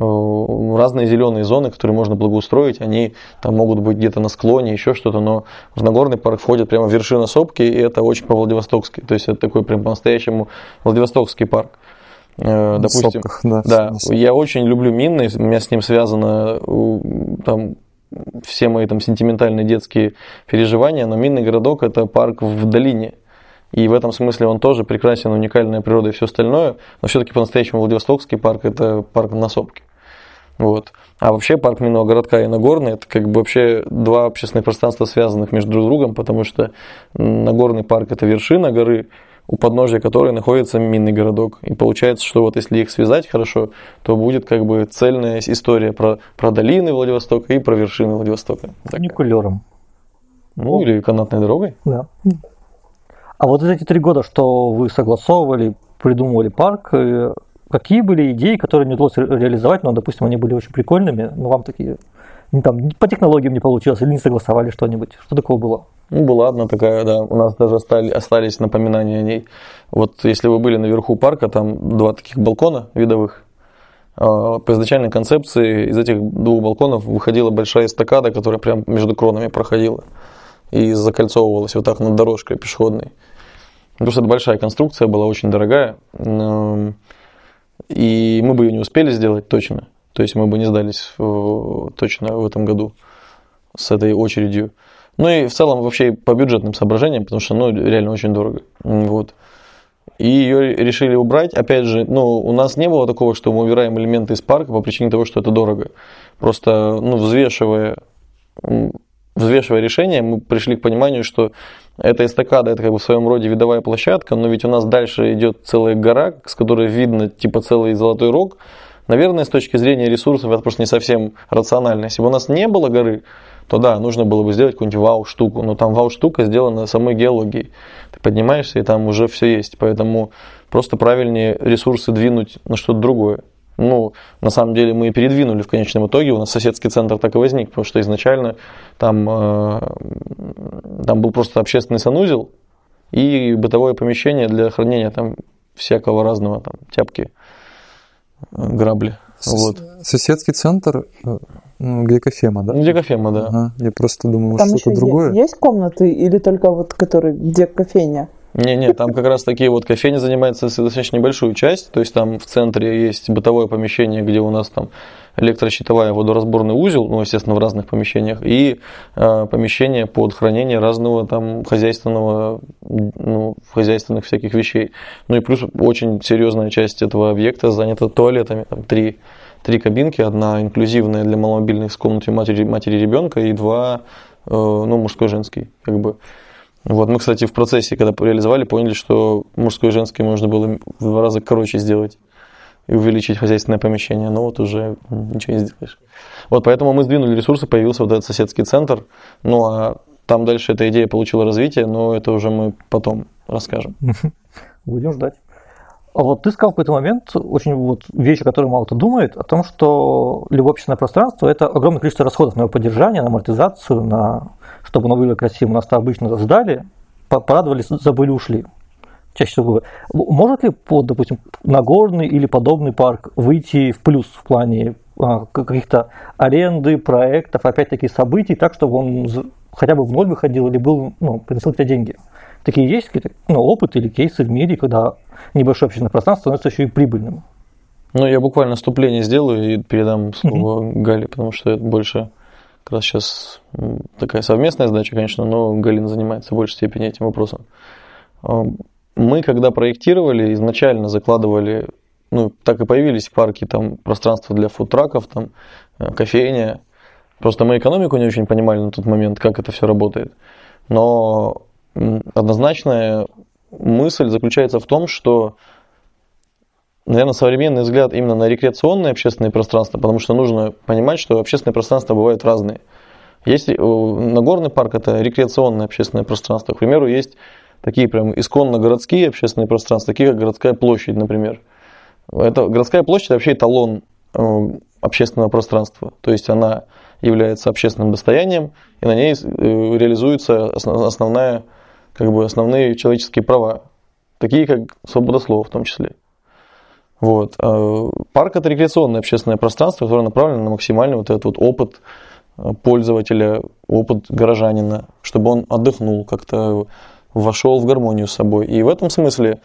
разные зеленые зоны, которые можно благоустроить. Они там могут быть где-то на склоне, еще что-то. Но в Нагорный парк входит прямо вершина сопки, и это очень по-владивостокски. То есть это такой прям по-настоящему владивостокский парк. Э, допустим,
сопках, да.
Да, я очень люблю Минный. У меня с ним связано там все мои там сентиментальные детские переживания, но Минный городок – это парк в долине. И в этом смысле он тоже прекрасен, уникальная природа и все остальное, но все-таки по-настоящему Владивостокский парк – это парк на сопке. Вот. А вообще парк Минного городка и Нагорный – это как бы вообще два общественных пространства, связанных между друг другом, потому что Нагорный парк – это вершина горы, у подножия которой находится Минный городок. И получается, что вот если их связать хорошо, то будет как бы цельная история про, про долины Владивостока и про вершины Владивостока.
Фуникулером.
Ну, или канатной дорогой.
Да. А вот эти три года, что вы согласовывали, придумывали парк, какие были идеи, которые не удалось реализовать, но, допустим, они были очень прикольными, но вам такие, там, по технологиям не получилось, или не согласовали что-нибудь? Что такого было?
Ну, была одна такая, да, у нас даже остались, остались напоминания о ней. Вот если вы были наверху парка, там два таких балкона видовых. По изначальной концепции из этих двух балконов выходила большая эстакада, которая прям между кронами проходила и закольцовывалась вот так над дорожкой пешеходной. Потому что это большая конструкция, была очень дорогая, и мы бы ее не успели сделать точно. То есть мы бы не сдались точно в этом году с этой очередью. Ну и в целом вообще по бюджетным соображениям, потому что ну, реально очень дорого. Вот. И ее решили убрать. Опять же, ну, у нас не было такого, что мы убираем элементы из парка по причине того, что это дорого. Просто ну, взвешивая, взвешивая решение, мы пришли к пониманию, что эта эстакада, это как бы в своем роде видовая площадка, но ведь у нас дальше идет целая гора, с которой видно типа целый Золотой Рог. Наверное, с точки зрения ресурсов это просто не совсем рационально. Если бы у нас не было горы, то да, нужно было бы сделать какую-нибудь вау-штуку. Но там вау-штука сделана самой геологией. Ты поднимаешься, и там уже все есть. Поэтому просто правильнее ресурсы двинуть на что-то другое. Ну, на самом деле мы и передвинули в конечном итоге. У нас соседский центр так и возник, потому что изначально там, э, там был просто общественный санузел и бытовое помещение для хранения там всякого разного, там, тяпки, грабли. Вот.
Соседский центр, ну, Гекофема, да?
Гекофема, да.
Ага. Я просто думал,
там
что-то
еще
другое.
Есть комнаты или только вот которые, где кофейня?
Не-не, там как раз такие вот кофейня занимается достаточно небольшую часть, то есть там в центре есть бытовое помещение, где у нас там электрощитовая, водоразборный узел, ну, естественно, в разных помещениях, и э, помещение под хранение разного там хозяйственного, ну, хозяйственных всяких вещей. Ну и плюс очень серьезная часть этого объекта занята туалетами, там три, три кабинки, одна инклюзивная для маломобильных с комнатой матери, матери ребенка и два, э, ну, мужской и женский, как бы. Вот, мы, кстати, в процессе, когда реализовали, поняли, что мужское и женское можно было в два раза короче сделать и увеличить хозяйственное помещение, но вот уже ничего не сделаешь. Вот поэтому мы сдвинули ресурсы, появился вот этот соседский центр, ну а там дальше эта идея получила развитие, но это уже мы потом расскажем.
Будем ждать. А вот ты сказал в какой-то момент очень вот вещь, о которой мало кто думает, о том, что любое общественное пространство – это огромное количество расходов на его поддержание, на амортизацию, на чтобы оно было красивым. Нас-то обычно сдали, порадовались, забыли, ушли. Чаще всего. Может ли, вот, допустим, Нагорный или подобный парк выйти в плюс в плане а, каких-то аренды, проектов, опять-таки событий, так, чтобы он хотя бы в ноль выходил или был, ну, приносил какие-то деньги? Такие есть какие-то, ну, опыты или кейсы в мире, когда небольшое общественное пространство становится еще и прибыльным?
Ну, я буквально вступление сделаю и передам слово mm-hmm. Гале, потому что это больше как раз сейчас такая совместная задача, конечно, но Галина занимается в большей степени этим вопросом. Мы, когда проектировали, изначально закладывали, ну, так и появились в парке там пространство для фудтраков, там, кофейня. Просто мы экономику не очень понимали на тот момент, как это все работает. Но однозначная мысль заключается в том, что, наверное, современный взгляд именно на рекреационные общественные пространства, потому что нужно понимать, что общественные пространства бывают разные. Есть Нагорный парк – это рекреационное общественное пространство. К примеру, есть такие прям исконно городские общественные пространства, такие как городская площадь, например. Это, городская площадь вообще эталон э, общественного пространства. То есть она является общественным достоянием, и на ней э, реализуются основ, основная, как бы основные человеческие права, такие как свобода слова в том числе. Вот. Э, парк – это рекреационное общественное пространство, которое направлено на максимальный вот этот вот опыт пользователя, опыт горожанина, чтобы он отдохнул, как-то вошел в гармонию с собой. И в этом смысле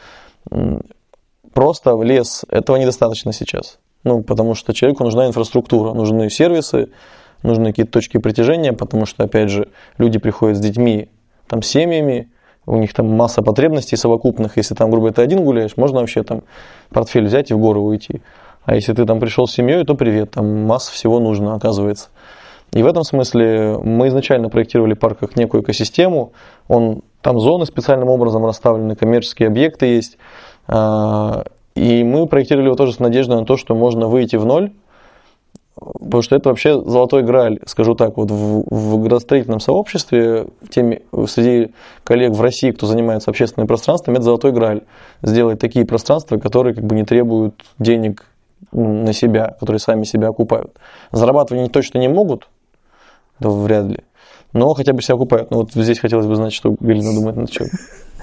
просто в лес этого недостаточно сейчас. Ну, потому что человеку нужна инфраструктура, нужны сервисы, нужны какие-то точки притяжения, потому что, опять же, люди приходят с детьми, там, с семьями, у них там масса потребностей совокупных. Если там, грубо говоря, ты один гуляешь, можно вообще там портфель взять и в горы уйти. А если ты там пришел с семьей, то привет, там масса всего нужно, оказывается. И в этом смысле мы изначально проектировали парк как некую экосистему. Он, там зоны специальным образом расставлены, коммерческие объекты есть. И мы проектировали его тоже с надеждой на то, что можно выйти в ноль. Потому что это вообще золотой грааль, скажу так, вот в, в градостроительном сообществе, теми, среди коллег в России, кто занимается общественным пространством, это золотой грааль. Сделать такие пространства, которые как бы не требуют денег на себя, которые сами себя окупают. Зарабатывать они точно не могут, да вряд ли, но хотя бы себя окупают. Но вот здесь хотелось бы знать, что Галина думает на что.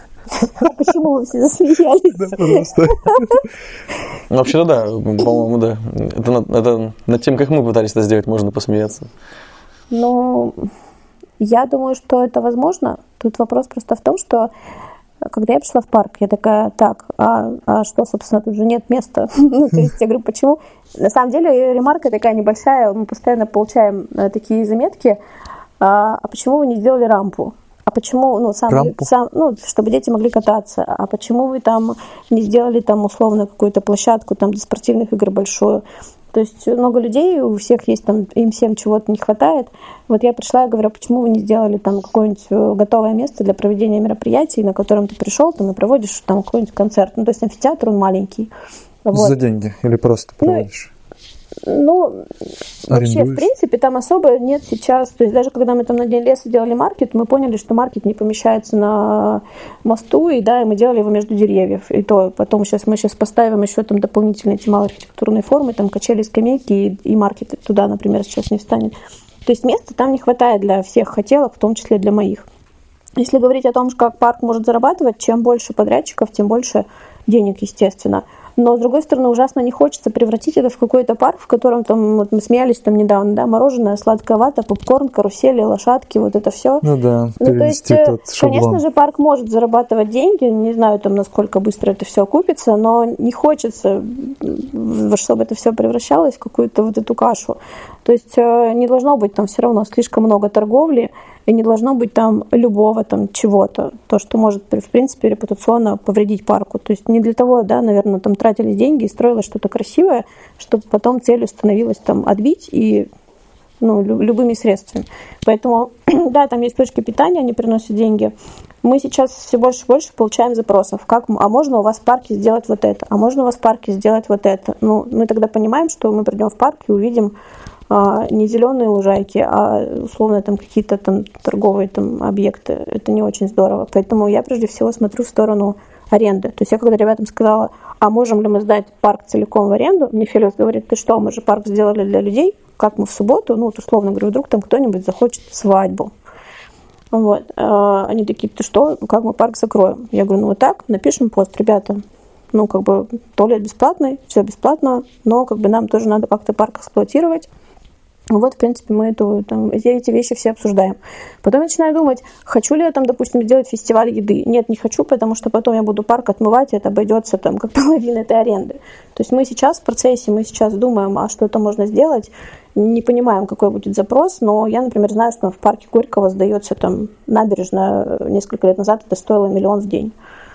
Почему вы все засмеялись?
Да, пожалуйста.
Ну, вообще-то да, по-моему, да. Это, над, это над тем, как мы пытались это сделать, можно посмеяться.
Ну, я думаю, что это возможно. Тут вопрос просто в том, что когда я пришла в парк, я такая, так, а, а что, собственно, тут же нет места. Ну, то есть я говорю, почему? На самом деле ремарка такая небольшая, мы постоянно получаем такие заметки, а, а почему вы не сделали рампу? А почему, ну, сам, сам, ну, чтобы дети могли кататься, а почему вы там не сделали там условно какую-то площадку там для спортивных игр большую? То есть много людей, у всех есть там, им всем чего-то не хватает. Вот я пришла и говорю, почему вы не сделали там какое-нибудь готовое место для проведения мероприятий, на котором ты пришел, там и проводишь там какой-нибудь концерт. Ну, то есть амфитеатр, он маленький. Вот.
За деньги или просто проводишь?
Ну, ну вообще, в принципе, там особо нет сейчас. То есть даже когда мы там на День леса делали маркет, мы поняли, что маркет не помещается на мосту, и да, и мы делали его между деревьев. И то потом сейчас мы сейчас поставим еще там дополнительные эти малоархитектурные формы, там качели, скамейки, и, и маркет туда, например, сейчас не встанет. То есть места там не хватает для всех хотелок, в том числе для моих. Если говорить о том, как парк может зарабатывать, чем больше подрядчиков, тем больше денег, естественно. Но, с другой стороны, ужасно не хочется превратить это в какой-то парк, в котором там, вот мы смеялись там недавно, да, мороженое, сладкая вата, попкорн, карусели, лошадки, вот это все.
Ну да,
ну, то есть, конечно же, парк может зарабатывать деньги, не знаю там, насколько быстро это все окупится, но не хочется, чтобы это все превращалось в какую-то вот эту кашу. То есть не должно быть там все равно слишком много торговли, и не должно быть там любого там чего-то, то, что может, в принципе, репутационно повредить парку. То есть не для того, да, наверное, там тратились деньги и строилось что-то красивое, чтобы потом целью становилось там отбить и, ну, любыми средствами. Поэтому, да, там есть точки питания, они приносят деньги. Мы сейчас все больше и больше получаем запросов. Как, а можно у вас в парке сделать вот это? А можно у вас в парке сделать вот это? Ну, мы тогда понимаем, что мы придем в парк и увидим а, не зеленые лужайки, а условно там какие-то там торговые там объекты. Это не очень здорово. Поэтому я прежде всего смотрю в сторону аренды. То есть я когда ребятам сказала, а можем ли мы сдать парк целиком в аренду, мне Феликс говорит, ты что, мы же парк сделали для людей, как мы в субботу, ну вот условно говорю, вдруг там кто-нибудь захочет свадьбу. Вот. Они такие, ты что, как мы парк закроем? Я говорю, ну вот так, напишем пост, ребята, ну как бы туалет бесплатный, все бесплатно, но как бы нам тоже надо как-то парк эксплуатировать. Вот, в принципе, мы эту, там, эти вещи все обсуждаем. Потом я начинаю думать, хочу ли я там, допустим, сделать фестиваль еды. Нет, не хочу, потому что потом я буду парк отмывать, и это обойдется там как половина этой аренды. То есть мы сейчас в процессе, мы сейчас думаем, а что это можно сделать, не понимаем, какой будет запрос, но я, например, знаю, что в парке Горького сдается там набережная несколько лет назад, это стоило миллион в день.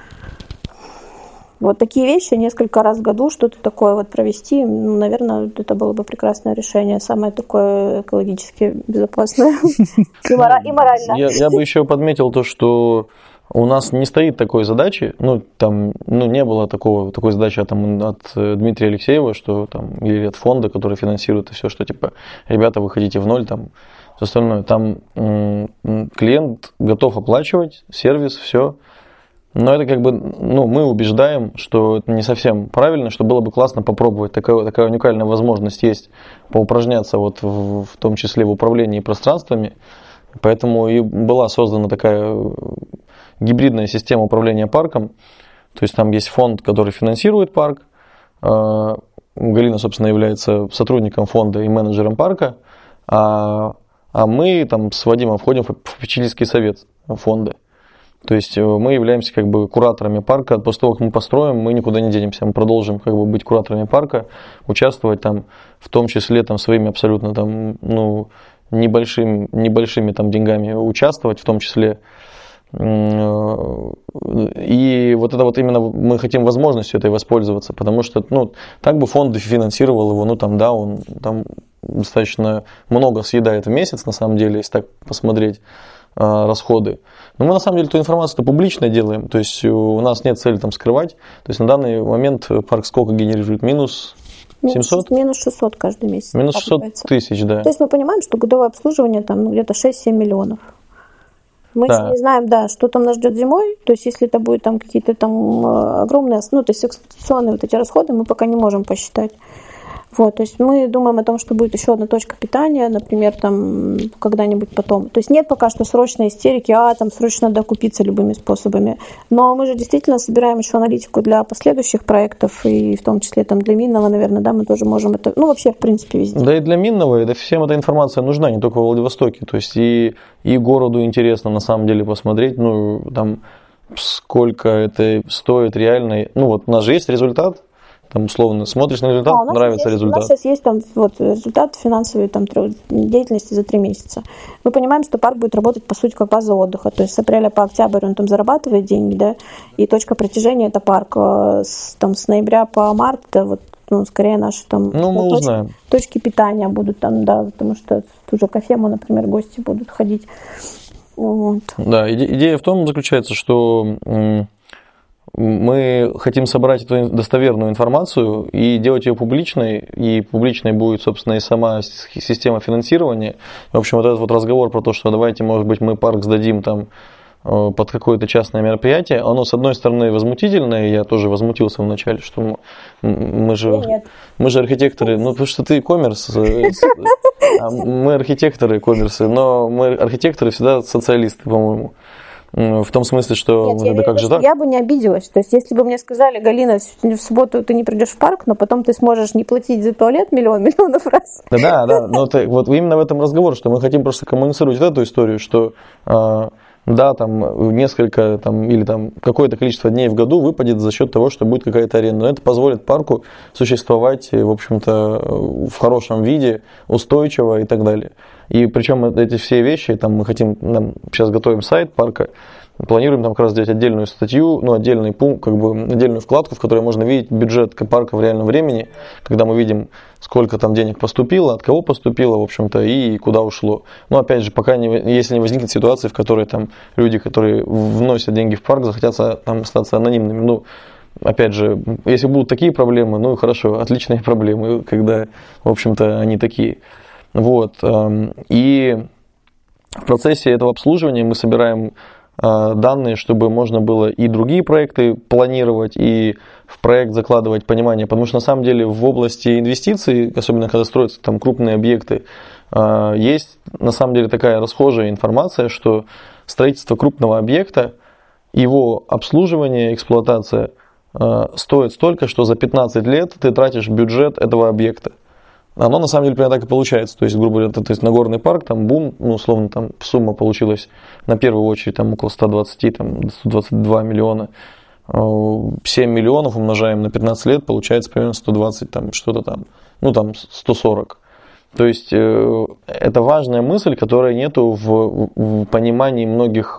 Вот такие вещи несколько раз в году, что-то такое вот провести, ну, наверное, это было бы прекрасное решение, самое такое экологически безопасное и морально.
Я бы еще подметил то, что у нас не стоит такой задачи, ну, там, ну, не было такого, такой задачи там, от Дмитрия Алексеева, что там, или от фонда, который финансирует, и все, что типа, ребята, вы хотите в ноль, там, все остальное. Там м- клиент готов оплачивать сервис, все. Но это как бы, ну, мы убеждаем, что это не совсем правильно, что было бы классно попробовать. Такая, такая уникальная возможность есть поупражняться вот в, в том числе в управлении пространствами. Поэтому и была создана такая гибридная система управления парком. То есть там есть фонд, который финансирует парк. Галина, собственно, является сотрудником фонда и менеджером парка. А, а мы там с Вадимом входим в попечительский совет фонда. То есть мы являемся как бы кураторами парка. После того, как мы построим, мы никуда не денемся. Мы продолжим как бы быть кураторами парка, участвовать там, в том числе там своими абсолютно там, ну, небольшим, небольшими там деньгами участвовать, в том числе. И вот это вот именно мы хотим возможностью этой воспользоваться, потому что, ну, так бы фонд финансировал его, ну, там, да, он там достаточно много съедает в месяц, на самом деле, если так посмотреть расходы. Но мы на самом деле эту информацию-то публично делаем, то есть у нас нет цели там скрывать. То есть на данный момент парк сколько генерирует? Минус семьсот?
Минус шестьсот каждый месяц.
Минус шестьсот тысяч, да.
То есть мы понимаем, что годовое обслуживание там ну, где-то шесть-семь миллионов. Мы да. еще не знаем, да, что там нас ждет зимой. То есть если это будут там какие-то там огромные, ну то есть эксплуатационные вот эти расходы, мы пока не можем посчитать. Вот, то есть мы думаем о том, что будет еще одна точка питания, например, там когда-нибудь потом. То есть нет пока что срочной истерики, а там срочно надо купиться любыми способами. Но мы же действительно собираем еще аналитику для последующих проектов, и в том числе там для Минного, наверное, да, мы тоже можем это, ну вообще в принципе везде.
Да и для Минного, и да всем эта информация нужна, не только в Владивостоке. То есть и, и городу интересно на самом деле посмотреть, ну там сколько это стоит реально. Ну вот у нас же есть результат. Там условно смотришь на результат, а, нравится
есть,
результат.
У нас сейчас есть там вот результат финансовой там, деятельности за три месяца. Мы понимаем, что парк будет работать по сути как база отдыха. То есть с апреля по октябрь он там зарабатывает деньги, да, и точка притяжения это парк. С, там, с ноября по март это вот ну, скорее наши там
ну, мы
точки,
узнаем.
точки питания будут там, да, потому что в ту же Кофему, например, гости будут ходить. Вот.
Да, идея в том заключается, что мы хотим собрать эту достоверную информацию и делать ее публичной, и публичной будет, собственно, и сама система финансирования. В общем, вот этот вот разговор про то, что давайте, может быть, мы парк сдадим там под какое-то частное мероприятие, оно, с одной стороны, возмутительное, я тоже возмутился вначале, что мы же, мы же архитекторы, ну, потому что ты коммерс, мы архитекторы коммерсы, но мы архитекторы всегда социалисты, по-моему. В том смысле, что
Нет,
вот это как же так?
Я бы не обиделась. То есть, если бы мне сказали, Галина, в субботу ты не придешь в парк, но потом ты сможешь не платить за туалет миллион миллионов раз.
Да, да, но это, вот именно в этом разговор, что мы хотим просто коммуницировать эту историю, что э, да, там несколько там, или там какое-то количество дней в году выпадет за счет того, что будет какая-то аренда. Но это позволит парку существовать, в общем-то, в хорошем виде, устойчиво и так далее. И причем эти все вещи, там мы хотим, нам сейчас готовим сайт парка, планируем там как раз сделать отдельную статью, ну, отдельный пункт, как бы отдельную вкладку, в которой можно видеть бюджет парка в реальном времени, когда мы видим, сколько там денег поступило, от кого поступило, в общем-то, и куда ушло. Но опять же, пока не, если не возникнет ситуации, в которой там люди, которые вносят деньги в парк, захотят там остаться анонимными. Ну, опять же, если будут такие проблемы, ну, хорошо, отличные проблемы, когда, в общем-то, они такие. Вот. И в процессе этого обслуживания мы собираем данные, чтобы можно было и другие проекты планировать, и в проект закладывать понимание. Потому что на самом деле в области инвестиций, особенно когда строятся там крупные объекты, есть на самом деле такая расхожая информация, что строительство крупного объекта, его обслуживание, эксплуатация стоит столько, что за пятнадцать лет ты тратишь бюджет этого объекта. Оно на самом деле примерно так и получается. То есть, грубо говоря, то есть Нагорный парк, там бум, ну, условно, там сумма получилась на первую очередь там около сто двадцать, там сто двадцать два миллиона. семь миллионов умножаем на пятнадцать лет, получается примерно сто двадцать, там что-то там, ну там сто сорок. То есть это важная мысль, которая нету в, в понимании многих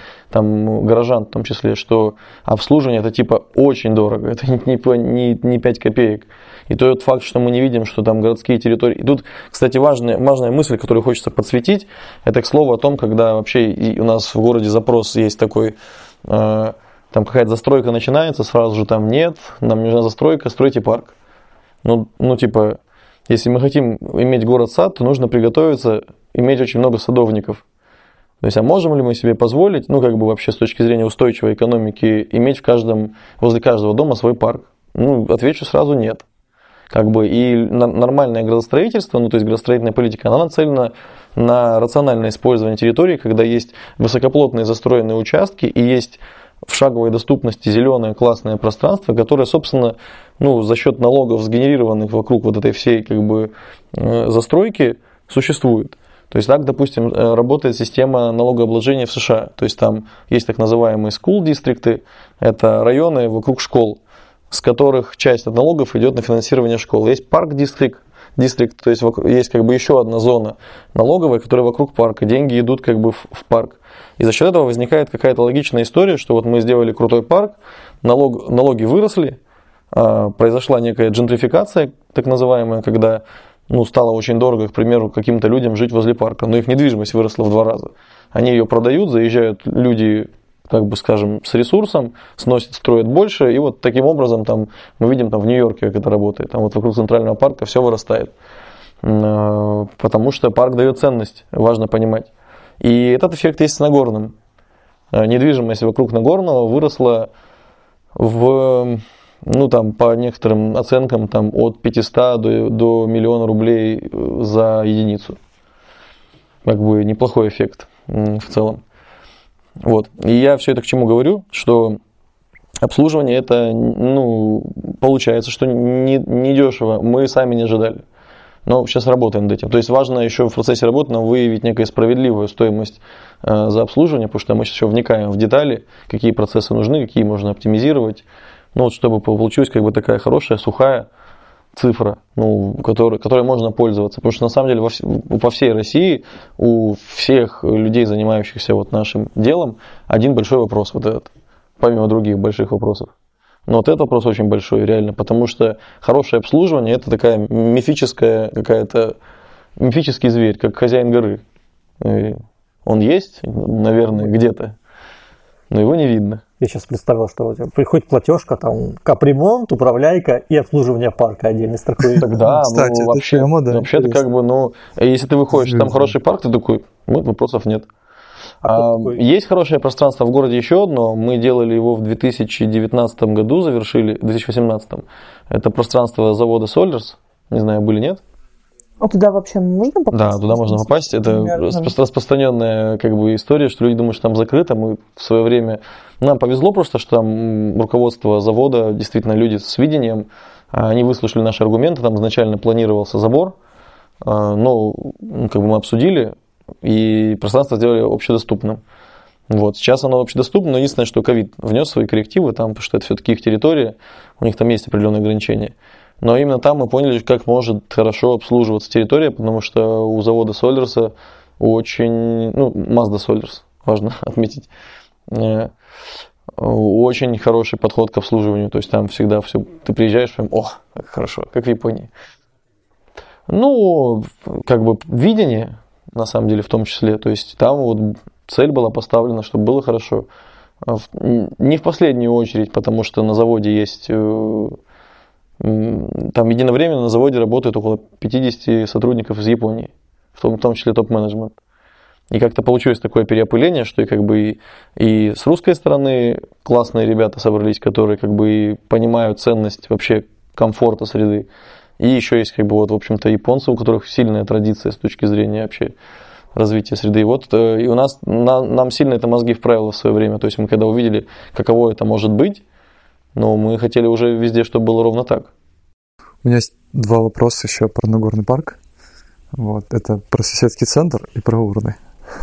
там горожан, в том числе, что обслуживание это типа очень дорого, это не, не, не пять копеек. И тот факт, что мы не видим, что там городские территории... И тут, кстати, важная, важная мысль, которую хочется подсветить, это, к слову, о том, когда вообще у нас в городе запрос есть такой, э, там какая-то застройка начинается, сразу же там нет, нам нужна застройка, стройте парк. Ну, ну типа, если мы хотим иметь город-сад, то нужно приготовиться, иметь очень много садовников. То есть, а можем ли мы себе позволить, ну, как бы вообще с точки зрения устойчивой экономики, иметь в каждом, возле каждого дома свой парк? Ну, отвечу сразу нет. Как бы и нормальное градостроительство, ну то есть градостроительная политика, она нацелена на рациональное использование территории, когда есть высокоплотные застроенные участки и есть в шаговой доступности зеленое классное пространство, которое, собственно, ну, за счет налогов, сгенерированных вокруг вот этой всей как бы застройки, существует. То есть так, допустим, работает система налогообложения в США. То есть там есть так называемые school districts, это районы вокруг школ, с которых часть от налогов идет на финансирование школ. Есть парк-дистрикт, дистрикт, то есть есть как бы еще одна зона налоговая, которая вокруг парка. Деньги идут как бы в, в парк. И за счет этого возникает какая-то логичная история, что вот мы сделали крутой парк, налог, налоги выросли, а, произошла некая джентрификация, так называемая, когда ну, стало очень дорого, к примеру, каким-то людям жить возле парка, но их недвижимость выросла в два раза. Они ее продают, заезжают люди, как бы скажем, с ресурсом, сносят, строят больше, и вот таким образом там, мы видим там в Нью-Йорке, как это работает, там вот вокруг центрального парка все вырастает, потому что парк дает ценность, важно понимать. И этот эффект есть с Нагорным. Недвижимость вокруг Нагорного выросла в, ну там по некоторым оценкам там от пятисот до, до миллиона рублей за единицу. Как бы неплохой эффект в целом. Вот. И я все это к чему говорю, что обслуживание это, ну, получается, что не, не дешево, мы сами не ожидали. Но сейчас работаем над этим. То есть важно еще в процессе работы нам выявить некую справедливую стоимость э, за обслуживание, потому что мы сейчас еще вникаем в детали, какие процессы нужны, какие можно оптимизировать. Ну, вот чтобы получилась как бы такая хорошая, сухая цифра, ну, которой, которой можно пользоваться. Потому что на самом деле во, по всей России у всех людей, занимающихся вот нашим делом, один большой вопрос вот этот, помимо других больших вопросов. Но вот этот вопрос очень большой, реально, потому что хорошее обслуживание – это такая мифическая какая-то, мифический зверь, как хозяин горы. И он есть, наверное, где-то, но его не видно.
Я сейчас представил, что у тебя приходит платежка, там, капремонт, управляйка и обслуживание парка отдельной строкой.
Тогда,
кстати,
ну, вообще,
тема, да,
вообще-то как бы, ну, если ты выходишь, там хороший парк, ты такой, ну, вопросов нет. А, есть хорошее пространство в городе еще одно, мы делали его в две тысячи девятнадцатом году, завершили, в две тысячи восемнадцатом. Это пространство завода Solers, не знаю, были, нет?
А туда вообще можно попасть?
Да, туда можно попасть. Это распространенная как бы история, что люди думают, что там закрыто. Мы в свое время... Нам повезло просто, что там руководство завода, действительно люди с видением, они выслушали наши аргументы, там изначально планировался забор, но как бы мы обсудили, и пространство сделали общедоступным. Вот. Сейчас оно общедоступно, но единственное, что ковид внес свои коррективы, там, потому что это все-таки их территория, у них там есть определенные ограничения. Но именно там мы поняли, как может хорошо обслуживаться территория, потому что у завода Solers очень, ну, Mazda Solers, важно отметить, очень хороший подход к обслуживанию. То есть там всегда все, ты приезжаешь, прям, о, как хорошо, как в Японии. Ну, как бы видение, на самом деле, в том числе. То есть там вот цель была поставлена, чтобы было хорошо. Не в последнюю очередь, потому что на заводе есть... Там единовременно на заводе работает около пятьдесят сотрудников из Японии. в том, в том числе топ-менеджмент. И как-то получилось такое переопыление, что и как бы и, и с русской стороны классные ребята собрались, которые как бы и понимают ценность вообще комфорта среды. И еще есть как бы вот, в общем-то, японцы, у которых сильная традиция с точки зрения вообще развития среды. И вот и у нас, на, нам сильно это мозги вправило в свое время. То есть мы когда увидели, каково это может быть, но мы хотели уже везде, чтобы было ровно так.
У меня есть два вопроса еще про Нагорный парк. Вот. Это про соседский центр и про урны.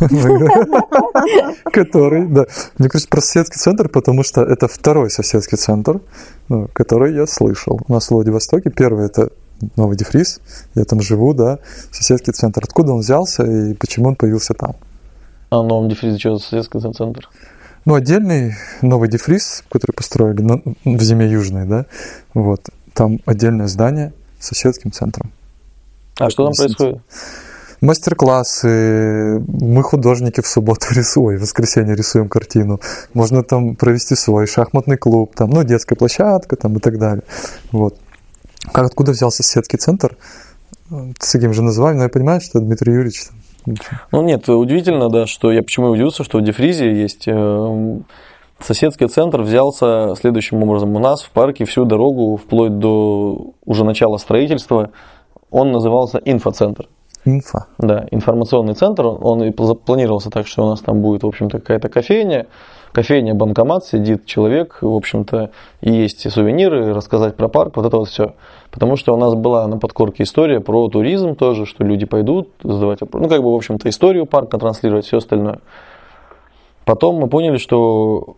Который, да. Мне кажется, про соседский центр, потому что это второй соседский центр, который я слышал. У нас в Владивостоке первый — это Новый Дифриз, я там живу, да, соседский центр. Откуда он взялся и почему он появился там?
А в Новом Дифризе что за соседский центр?
Ну, отдельный Новый Дифриз, который построили на, в зиме южной, да, вот, там отдельное здание с соседским центром.
А что там происходит?
Мастер-классы, мы художники в субботу рисуем, в воскресенье рисуем картину. Можно там провести свой шахматный клуб, там, ну, детская площадка там, и так далее. Вот. Как, откуда взялся соседский центр? С таким же названием, но я понимаю, что Дмитрий Юрьевич...
Ну нет, удивительно, да, что я почему удивился, что в Дифризе есть... Э, соседский центр взялся следующим образом. У нас в парке всю дорогу, вплоть до уже начала строительства, он назывался инфоцентр.
Инфо.
Да, информационный центр, он и планировался так, что у нас там будет, в общем-то, какая-то кофейня, кофейня, банкомат, сидит человек, в общем-то, и есть и сувениры, рассказать про парк, вот это вот все. Потому что у нас была на подкорке история про туризм тоже, что люди пойдут задавать вопросы, ну, как бы, в общем-то, историю парка транслировать, все остальное. Потом мы поняли, что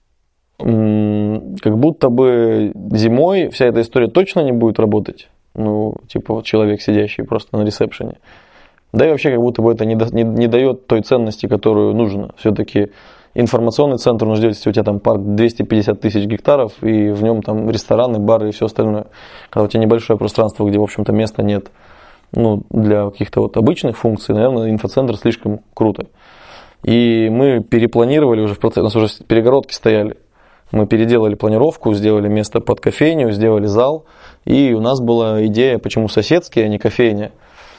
м- как будто бы зимой вся эта история точно не будет работать. Ну, типа вот человек, сидящий просто на ресепшене. Да и вообще как будто бы это не, до, не, не дает той ценности, которую нужно. Все-таки информационный центр, ну, если у тебя там парк двести пятьдесят тысяч гектаров, и в нем там рестораны, бары и все остальное. Когда у тебя небольшое пространство, где, в общем-то, места нет, ну, для каких-то вот обычных функций, наверное, инфоцентр слишком круто. И мы перепланировали уже в процессе, у нас уже перегородки стояли. Мы переделали планировку, сделали место под кофейню, сделали зал. И у нас была идея, почему соседский, а не кофейня.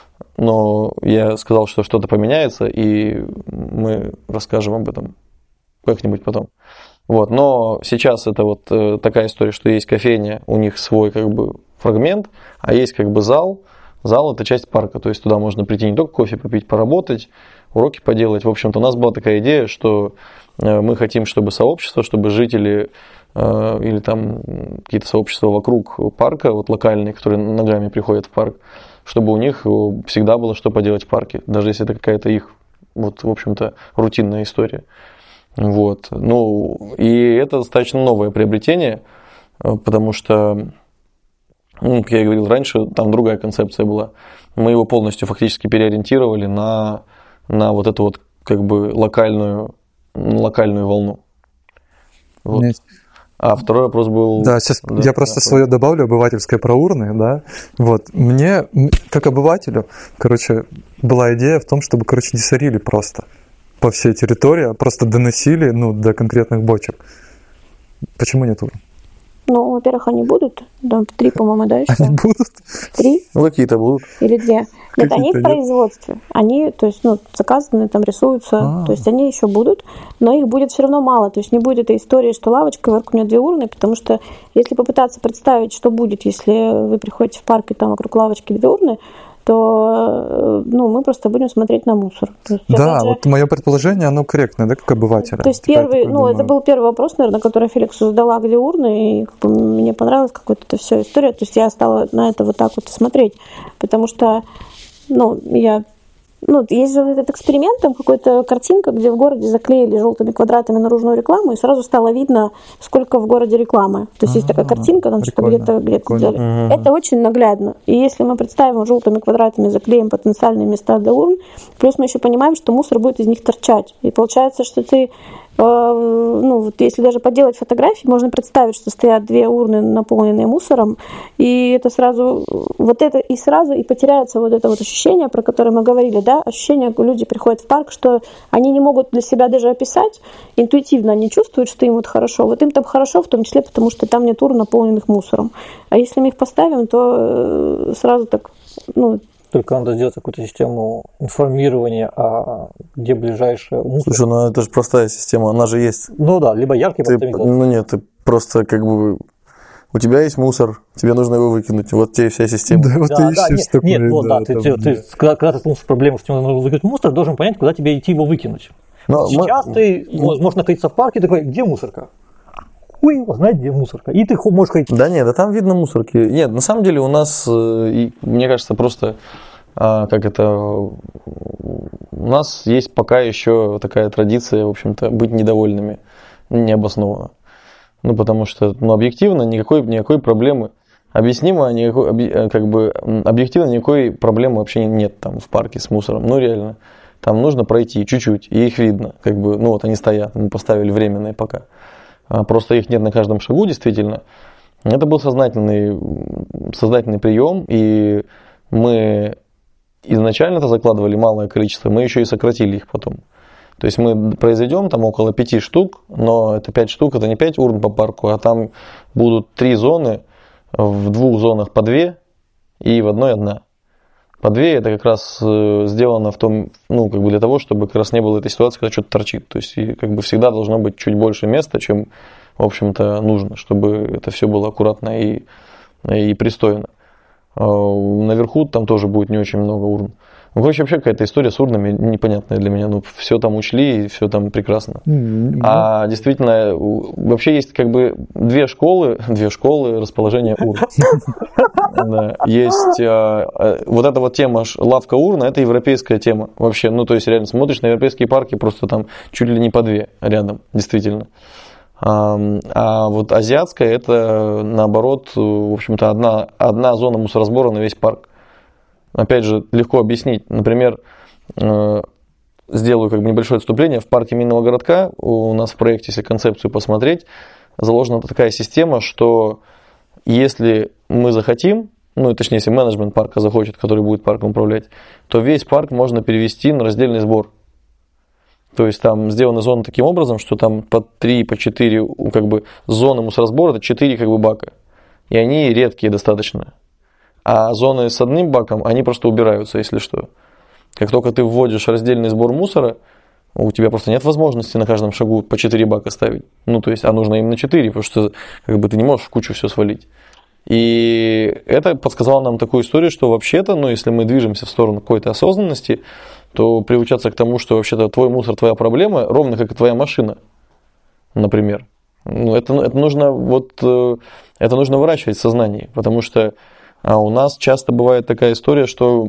Но я сказал, что что-то поменяется, и мы расскажем об этом как-нибудь потом. Вот. Но сейчас это вот такая история, что есть кофейня, у них свой как бы фрагмент, а есть как бы зал. Зал – это часть парка, то есть туда можно прийти не только кофе попить, поработать, уроки поделать. В общем-то, у нас была такая идея, что мы хотим, чтобы сообщество, чтобы жители э, или там какие-то сообщества вокруг парка, вот локальные, которые ногами приходят в парк, чтобы у них всегда было что поделать в парке, даже если это какая-то их, вот, в общем-то, рутинная история. Вот. Ну, и это достаточно новое приобретение, потому что, ну, как я и говорил раньше, там другая концепция была. Мы его полностью фактически переориентировали на, на вот эту вот как бы локальную локальную волну. Вот. Есть... А второй вопрос был...
Да, сейчас да, я просто да, свое добавлю, обывательское про урны, да. Вот. Мне, как обывателю, короче, была идея в том, чтобы, короче, не сорили просто по всей территории, а просто доносили, ну, до конкретных бочек. Почему нет урн?
Ну, во-первых, они будут. Там три, по-моему, да, еще?
Они будут?
Три?
Ну, какие-то будут.
Или две. Нет, они в производстве. Они, то есть, ну, заказаны, там рисуются. А-а-а. То есть, они еще будут, но их будет все равно мало. То есть, не будет этой истории, что лавочка, вверху у нее две урны, потому что, если попытаться представить, что будет, если вы приходите в парк, и там вокруг лавочки две урны, то, ну, мы просто будем смотреть на мусор. Есть,
да, же... вот мое предположение, оно корректное, да, как обывателя.
То есть первый, ну, думаю. Это был первый вопрос, наверное, который Феликсу задала, где урны, и как бы, мне понравилась какая-то эта вся история, то есть я стала на это вот так вот смотреть, потому что, ну, я... Ну, есть же этот эксперимент, там какая-то картинка, где в городе заклеили желтыми квадратами наружную рекламу, и сразу стало видно, сколько в городе рекламы. То есть, А-а-а, есть такая картинка, там что-то где-то, где-то сделали. А-а-а. Это очень наглядно. И если мы представим, желтыми квадратами заклеим потенциальные места для урн, плюс мы еще понимаем, что мусор будет из них торчать. И получается, что ты... Ну, вот если даже поделать фотографии, можно представить, что стоят две урны, наполненные мусором, и это сразу, вот это и сразу, и потеряется вот это вот ощущение, про которое мы говорили, да, ощущение, люди приходят в парк, что они не могут для себя даже описать, интуитивно они чувствуют, что им вот хорошо, вот им там хорошо, в том числе потому, что там нет урн, наполненных мусором, а если мы их поставим, то сразу так, ну,
только надо сделать какую-то систему информирования, а где ближайшая мусор.
Слушай, ну это же простая система, она же есть.
Ну да, либо яркий
ты, Ну нет, ты просто как бы... У тебя есть мусор, тебе нужно его выкинуть. Вот тебе вся система.
Да, вот
да,
ты
да,
ищешь
нет,
такой,
нет, вот, да,
да,
ты,
там,
ты,
да.
ты, когда, когда ты столкнулся с проблемой, что тебе нужно выкинуть мусор, ты должен понять, куда тебе идти его выкинуть.
Но
Сейчас
мы...
ты можешь находиться в парке, такой, где мусорка? Хуй его знает, где мусорка. И ты можешь ходить.
Да нет, да там видно мусорки. Нет, на самом деле у нас, и, мне кажется, просто, а, как это, у нас есть пока еще такая традиция, в общем-то, быть недовольными необоснованно. Ну, потому что, ну, объективно никакой, никакой проблемы, объяснимо, никакой, как бы, объективно никакой проблемы вообще нет там в парке с мусором. Ну, реально, там нужно пройти чуть-чуть, и их видно, как бы, ну, вот они стоят, мы поставили временные пока. Просто их нет на каждом шагу, действительно. Это был сознательный, сознательный прием, и мы изначально это закладывали малое количество, мы еще и сократили их потом. То есть мы произведем там около пяти штук, но это пять штук, это не пять урн по парку, а там будут три зоны, в двух зонах по две и в одной одна. По две это как раз сделано в том, ну, как бы для того, чтобы как раз не было этой ситуации, когда что-то торчит. То есть и, как бы всегда должно быть чуть больше места, чем, в общем-то, нужно, чтобы это все было аккуратно и, и пристойно. Наверху там тоже будет не очень много урн. Ну, короче, вообще какая-то история с урнами непонятная для меня. Ну, все там учли, и все там прекрасно. Mm-hmm. А действительно, вообще есть как бы две школы, две школы расположения урн. Есть вот эта вот тема лавка урна, это европейская тема вообще. Ну, то есть, реально смотришь на европейские парки, просто там чуть ли не по две рядом, действительно. А вот азиатская, это наоборот, в общем-то, одна, одна зона мусоросбора на весь парк. Опять же, легко объяснить. Например, сделаю как бы небольшое отступление. В парке Минного городка у нас в проекте, если концепцию посмотреть, заложена такая система, что если мы захотим, ну, точнее, если менеджмент парка захочет, который будет парком управлять, то весь парк можно перевести на раздельный сбор. То есть там сделаны зоны таким образом, что там по три, по четыре как бы, зоны мусоросбора, это четыре как бы, бака. И они редкие достаточно. А зоны с одним баком, они просто убираются, если что. Как только ты вводишь раздельный сбор мусора, у тебя просто нет возможности на каждом шагу по четыре бака ставить. Ну, то есть, а нужно именно четыре, потому что как бы, ты не можешь в кучу все свалить. И это подсказало нам такую историю, что вообще-то, ну, если мы движемся в сторону какой-то осознанности, то приучаться к тому, что вообще-то твой мусор, твоя проблема, ровно как и твоя машина, например. Ну, это, это, нужно, вот, это нужно выращивать в сознании, потому что а у нас часто бывает такая история, что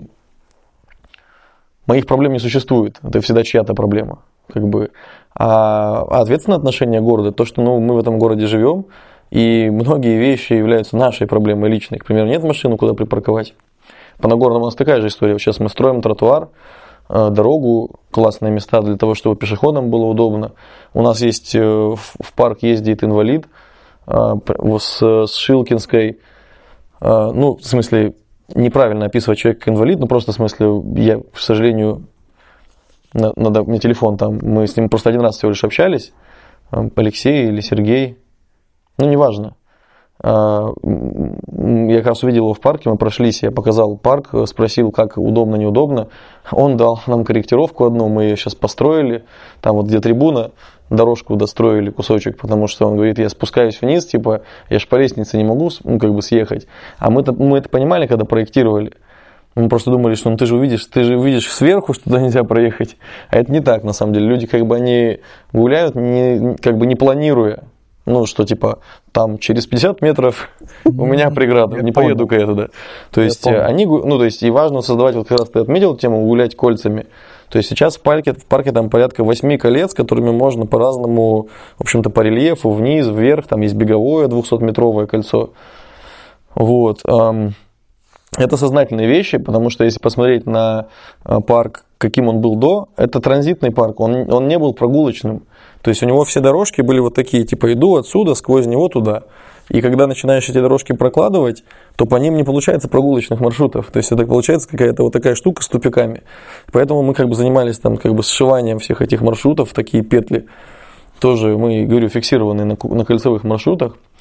моих проблем не существует, это всегда чья-то проблема. Как бы. А ответственное отношение города, то, что ну, мы в этом городе живем, и многие вещи являются нашей проблемой личной. К примеру, нет машины, куда припарковать. По Нагорному у нас такая же история. Сейчас мы строим тротуар, дорогу, классные места для того, чтобы пешеходам было удобно. У нас есть в парк ездит инвалид с Шилкинской. Ну, в смысле, неправильно описывать человека как инвалид, но просто в смысле, я, к сожалению, надо, мне телефон там, мы с ним просто один раз всего лишь общались, Алексей или Сергей, ну, неважно. Я как раз увидел его в парке, мы прошлись, я показал парк, спросил, как удобно, неудобно. Он дал нам корректировку одну, мы ее сейчас построили, там вот где трибуна, дорожку достроили кусочек, потому что он говорит, я спускаюсь вниз, типа, я ж по лестнице не могу, ну, как бы съехать. А мы-то, мы это понимали, когда проектировали. Мы просто думали, что ну, ты же увидишь, ты же увидишь сверху, что туда нельзя проехать. А это не так, на самом деле. Люди как бы они гуляют, не, как бы не планируя. Ну, что типа, там через пятьдесят метров у меня преграда, не поеду-ка я туда. То есть, они, ну, то есть, и важно создавать, вот как раз ты отметил тему, гулять кольцами. То есть, сейчас в парке, в парке там порядка восьми колец, которыми можно по-разному, в общем-то, по рельефу, вниз, вверх, там есть беговое двухсотметровое кольцо. Вот. Это сознательные вещи, потому что если посмотреть на парк, каким он был до, это транзитный парк, он, он не был прогулочным. То есть у него все дорожки были вот такие, типа иду отсюда, сквозь него туда. И когда начинаешь эти дорожки прокладывать, то по ним не получается прогулочных маршрутов. То есть это получается какая-то вот такая штука с тупиками. Поэтому мы как бы занимались там как бы сшиванием всех этих маршрутов, такие петли. Тоже мы, говорю, фиксированы на, на кольцевых маршрутах.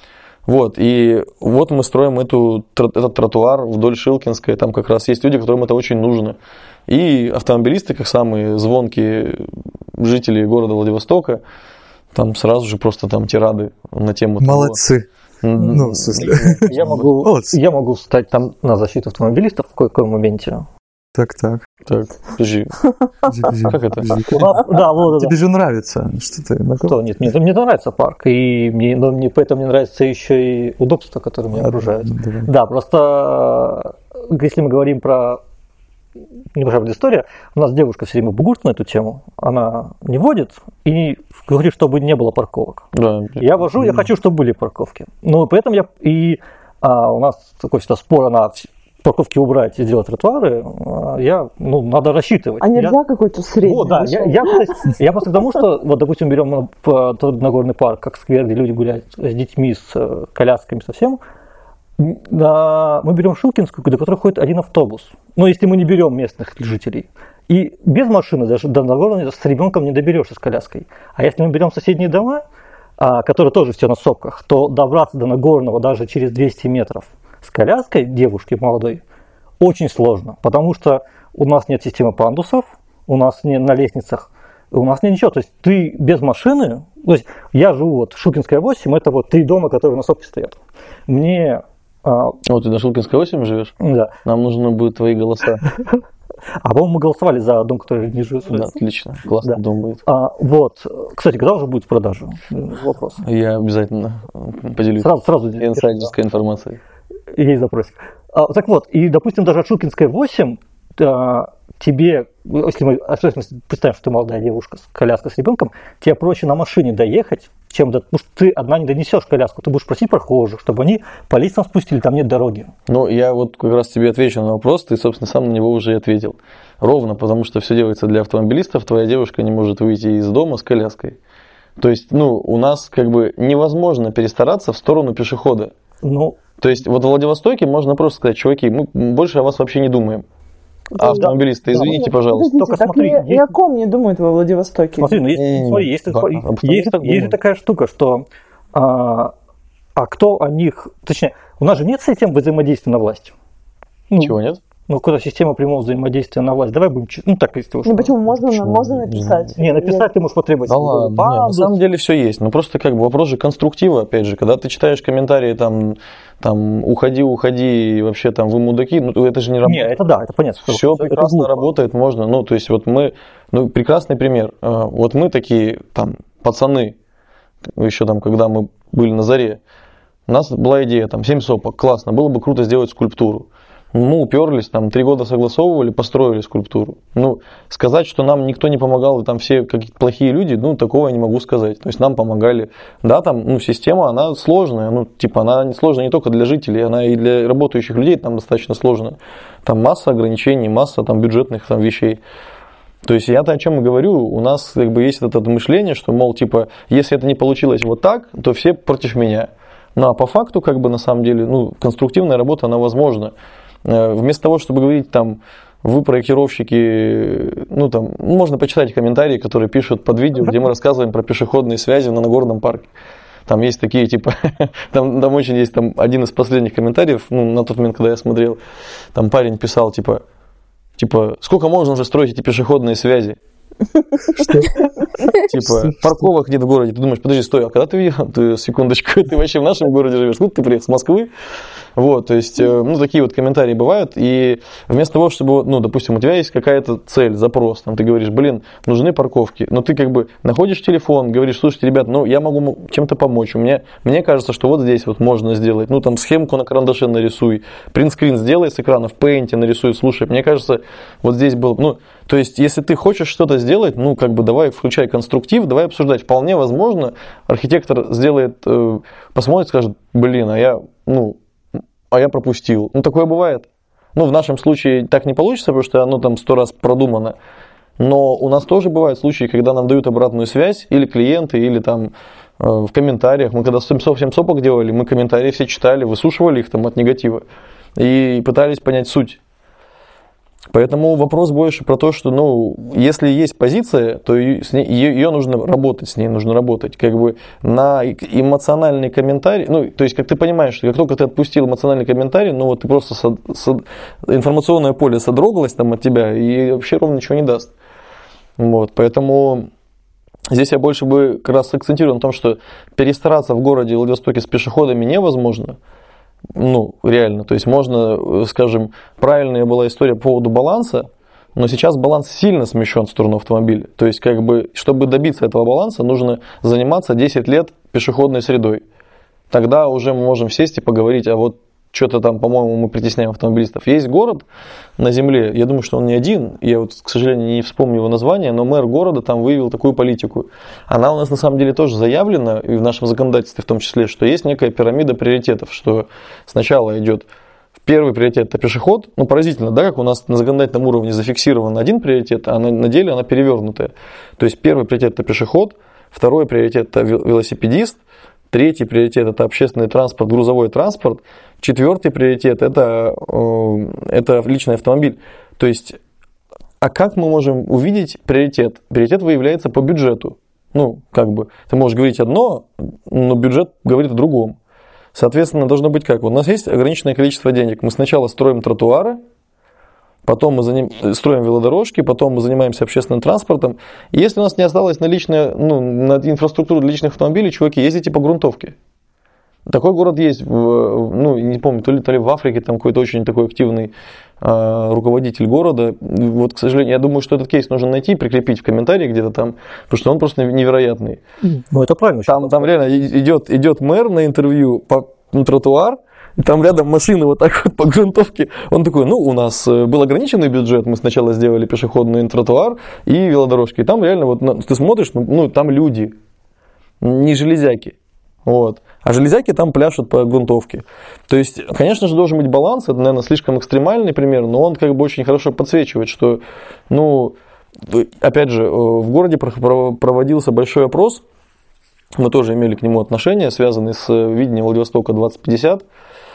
Вот, и вот мы строим эту, этот тротуар вдоль Шилкинской, там как раз есть люди, которым это очень нужно. И автомобилисты, как самые звонкие жители города Владивостока, там сразу же просто там тирады на тему...
Молодцы.
Того.
Ну, в смысле.
Я могу, я могу встать там на защиту автомобилистов в каком моменте.
Так, так.
Так, подожди. Как это?
У нас, да, вот, да.
Тебе же нравится. Что ты?
Что? Нет, мне, мне нравится парк, и мне, но мне поэтому мне нравится еще и удобство, которое меня окружает.
Давай.
Да, просто если мы говорим про небольшая история, у нас девушка все время бугурт на эту тему, она не водит и говорит, чтобы не было парковок.
Да.
Я вожу, я хочу, чтобы были парковки. Ну, поэтому я и а, у нас такой всегда спор, она парковки убрать и сделать тротуары, я, ну, надо рассчитывать.
А нельзя
я,
какой-то средний?
Вот, да, я, я, я просто к тому, что, вот, допустим, берем тот Нагорный парк, как сквер, где люди гуляют с детьми, с колясками, совсем. Да, мы берем Шилкинскую, до которой ходит один автобус. Но если мы не берем местных жителей. И без машины даже до Нагорного с ребенком не доберешься с коляской. А если мы берем соседние дома, которые тоже все на сопках, то добраться до Нагорного даже через двести метров с коляской девушки молодой очень сложно, потому что у нас нет системы пандусов, у нас нет на лестницах, у нас нет ничего. То есть ты без машины, то есть я живу вот Шилкинская восемь, это вот три дома, которые на сопке стоят. Мне... А,
вот ты на Шилкинской восемь живешь?
Да.
Нам нужны будут твои голоса.
А по-моему, мы голосовали за дом, который не живет.
Да, отлично, классный
да.
дом будет.
А, вот, кстати, когда уже будет в продаже? Вопрос.
Я обязательно поделюсь
сразу, сразу
инсайдерской информацией.
Есть запросик. А, так вот, и, допустим, даже от Шилкинской восемь а, тебе, если мы представим, что ты молодая девушка с коляской с ребенком, тебе проще на машине доехать, чем до, потому что ты одна не донесешь коляску, ты будешь просить прохожих, чтобы они по лицам спустили, там нет дороги.
Ну, я вот как раз тебе отвечу на вопрос, ты, собственно, сам на него уже и ответил. Ровно, потому что все делается для автомобилистов, твоя девушка не может выйти из дома с коляской. То есть, ну, у нас как бы невозможно перестараться в сторону пешехода.
Ну,
то есть, вот в Владивостоке можно просто сказать, чуваки, мы больше о вас вообще не думаем. А автомобилисты, извините, да, пожалуйста.
Только так смотри, ни, есть... ни о ком не думают во Владивостоке.
Смотри, ну есть, смотри, есть, да, есть, есть, есть такая штука, что а, а кто о них, точнее, у нас же нет системы взаимодействия на власть.
Ну, чего нет?
Ну, какая-то система прямого взаимодействия на власть. Давай будем, ну так, если уж.
Ну почему можно, можно написать?
Не, написать есть. Ты можешь потребовать.
Да ладно, нет, на самом деле все есть. Но просто как бы вопрос же конструктива, опять же, когда ты читаешь комментарии там, там уходи, уходи, и вообще там вы мудаки, ну это же не работает.
Нет, это да, это понятно.
Все
это
прекрасно
глупо.
Работает, можно. Ну, то есть вот мы, ну прекрасный пример. Вот мы такие там пацаны, еще там, когда мы были на заре, у нас была идея, там, семь сопок, классно, было бы круто сделать скульптуру. Мы уперлись, там, три года согласовывали, построили скульптуру. Ну, сказать, что нам никто не помогал, и там все какие-то плохие люди, ну, такого я не могу сказать. То есть нам помогали. Да, там, ну, система, она сложная, ну, типа, она сложная не только для жителей, она и для работающих людей там достаточно сложная. Там масса ограничений, масса там бюджетных там вещей. То есть я-то о чем и говорю, у нас как бы есть это мышление, что, мол, типа, если это не получилось вот так, то все против меня. Ну, а по факту, как бы, на самом деле, ну, конструктивная работа, она возможна. Вместо того, чтобы говорить, там, вы проектировщики, ну, там, можно почитать комментарии, которые пишут под видео, где мы рассказываем про пешеходные связи на Нагорном парке. Там есть такие, типа, там, там очень есть там, один из последних комментариев, ну, на тот момент, когда я смотрел, там парень писал, типа, типа, сколько можно уже строить эти пешеходные связи? Что? Типа, парковок нет в городе. Ты думаешь, подожди, стой, а когда ты видел? Ты, секундочку, ты вообще в нашем городе живешь? Ну, ты приехал с Москвы. Вот, то есть, ну, такие вот комментарии бывают. И вместо того, чтобы, ну, допустим, у тебя есть какая-то цель, запрос, там, ты говоришь, блин, нужны парковки, но ты как бы находишь телефон, говоришь, слушайте, ребят, ну, я могу чем-то помочь. У меня, мне кажется, что вот здесь вот можно сделать. Ну, там, схемку на карандаше нарисуй, принтскрин сделай с экрана, в Paint нарисуй, слушай, мне кажется, вот здесь был, ну, то есть, если ты хочешь что-то сделать, ну, как бы давай включай конструктив, давай обсуждать. Вполне возможно, архитектор сделает, э, посмотрит, скажет, блин, а я, ну, а я пропустил. Ну, такое бывает. Ну, в нашем случае так не получится, потому что оно там сто раз продумано. Но у нас тоже бывают случаи, когда нам дают обратную связь, или клиенты, или там э, в комментариях. Мы когда семь сопок делали, мы комментарии все читали, выслушивали их там от негатива и пытались понять суть. Поэтому вопрос больше про то, что, ну, если есть позиция, то ее, ее нужно работать, с ней нужно работать. Как бы на эмоциональный комментарий, ну, то есть, как ты понимаешь, что как только ты отпустил эмоциональный комментарий, ну, вот ты просто сод, сод, информационное поле содрогалось там от тебя и вообще ровно ничего не даст. Вот, поэтому здесь я больше бы как раз акцентирую на том, что перестараться в городе Владивостоке с пешеходами невозможно. Ну, реально, то есть можно, скажем, правильная была история по поводу баланса, но сейчас баланс сильно смещен в сторону автомобиля. То есть, как бы, чтобы добиться этого баланса, нужно заниматься десять лет пешеходной средой. Тогда уже мы можем сесть и поговорить, а вот что-то там, по-моему, мы притесняем автомобилистов. Есть город на земле, я думаю, что он не один, я вот, к сожалению, не вспомню его название, но мэр города там выявил такую политику. Она у нас на самом деле тоже заявлена, и в нашем законодательстве в том числе, что есть некая пирамида приоритетов, что сначала идет первый приоритет – это пешеход. Ну, поразительно, да, как у нас на законодательном уровне зафиксирован один приоритет, а на, на деле она перевернутая. То есть первый приоритет – это пешеход, второй приоритет – это велосипедист, третий приоритет – это общественный транспорт, грузовой транспорт. Четвертый приоритет – это, это личный автомобиль. То есть, а как мы можем увидеть приоритет? Приоритет выявляется по бюджету. Ну, как бы, ты можешь говорить одно, но бюджет говорит о другом. Соответственно, должно быть как? У нас есть ограниченное количество денег. Мы сначала строим тротуары, потом мы за ним строим велодорожки, потом мы занимаемся общественным транспортом. И если у нас не осталось наличной, ну, на инфраструктуру для личных автомобилей, чуваки, ездите по грунтовке. Такой город есть, в, ну, не помню, то ли, то ли в Африке, там какой-то очень такой активный э, руководитель города. Вот, к сожалению, я думаю, что этот кейс нужно найти, прикрепить в комментарии где-то там, потому что он просто невероятный.
Ну, это правильно.
Там, там реально идет, идет мэр на интервью по, на тротуар, и там рядом машины вот так вот по грунтовке. Он такой, ну, у нас был ограниченный бюджет, мы сначала сделали пешеходный тротуар и велодорожки. И там реально, вот ты смотришь, ну, там люди, не железяки. Вот. А железяки там пляшут по грунтовке. То есть, конечно же, должен быть баланс. Это, наверное, слишком экстремальный пример, но он как бы очень хорошо подсвечивает, что, ну, опять же, в городе проводился большой опрос. Мы тоже имели к нему отношение, связанный с видением Владивостока двадцать пятьдесят.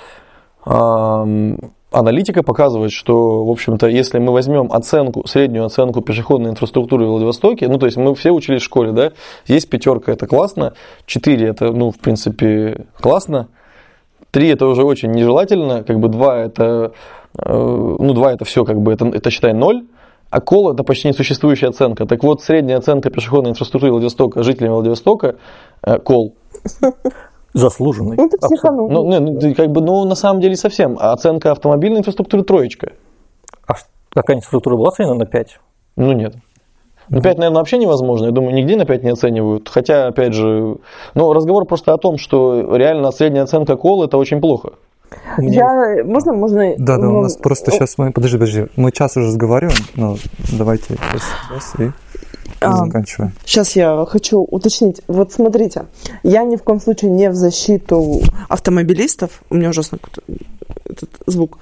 Аналитика показывает, что, в общем-то, если мы возьмем оценку, среднюю оценку пешеходной инфраструктуры в Владивостоке, ну, то есть мы все учились в школе, да, есть пятерка, это классно, четыре, это, ну, в принципе, классно, три, это уже очень нежелательно, как бы два, это, ну, два, это все, как бы, это, это считай, ноль, а кол – это почти несуществующая оценка. Так вот, средняя оценка пешеходной инфраструктуры Владивостока жителями Владивостока – кол.
Заслуженный.
Ну, ты психанул.
Ну, ну, как бы, ну, на самом деле совсем. А оценка автомобильной инфраструктуры троечка.
А какая инфраструктура была оценена на пять?
Ну, нет. Ну, пять, наверное, вообще невозможно. Я думаю, нигде на пять не оценивают. Хотя, опять же, ну, разговор просто о том, что реально средняя оценка кола – это очень плохо.
Я... Можно, можно...
Да, да,
ну...
у нас просто сейчас мы... Подожди, подожди. Мы час уже разговариваем, но давайте сейчас и...
А,
заканчиваем.
Сейчас я хочу уточнить. Вот смотрите, я ни в коем случае не в защиту автомобилистов. У меня ужасно этот звук.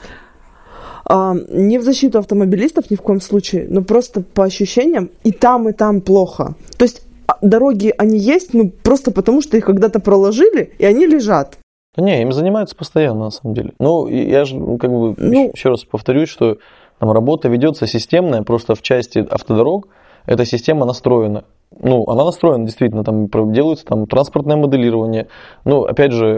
А, не в защиту автомобилистов ни в коем случае, но просто по ощущениям и там, и там плохо. То есть дороги, они есть, ну просто потому, что их когда-то проложили, и они лежат.
Да не, им занимаются постоянно, на самом деле. Ну, я же, как бы, ну, еще раз повторюсь, что там работа ведется системная, просто в части автодорог эта система настроена. Ну, она настроена, действительно, там делается там транспортное моделирование. Ну, опять же,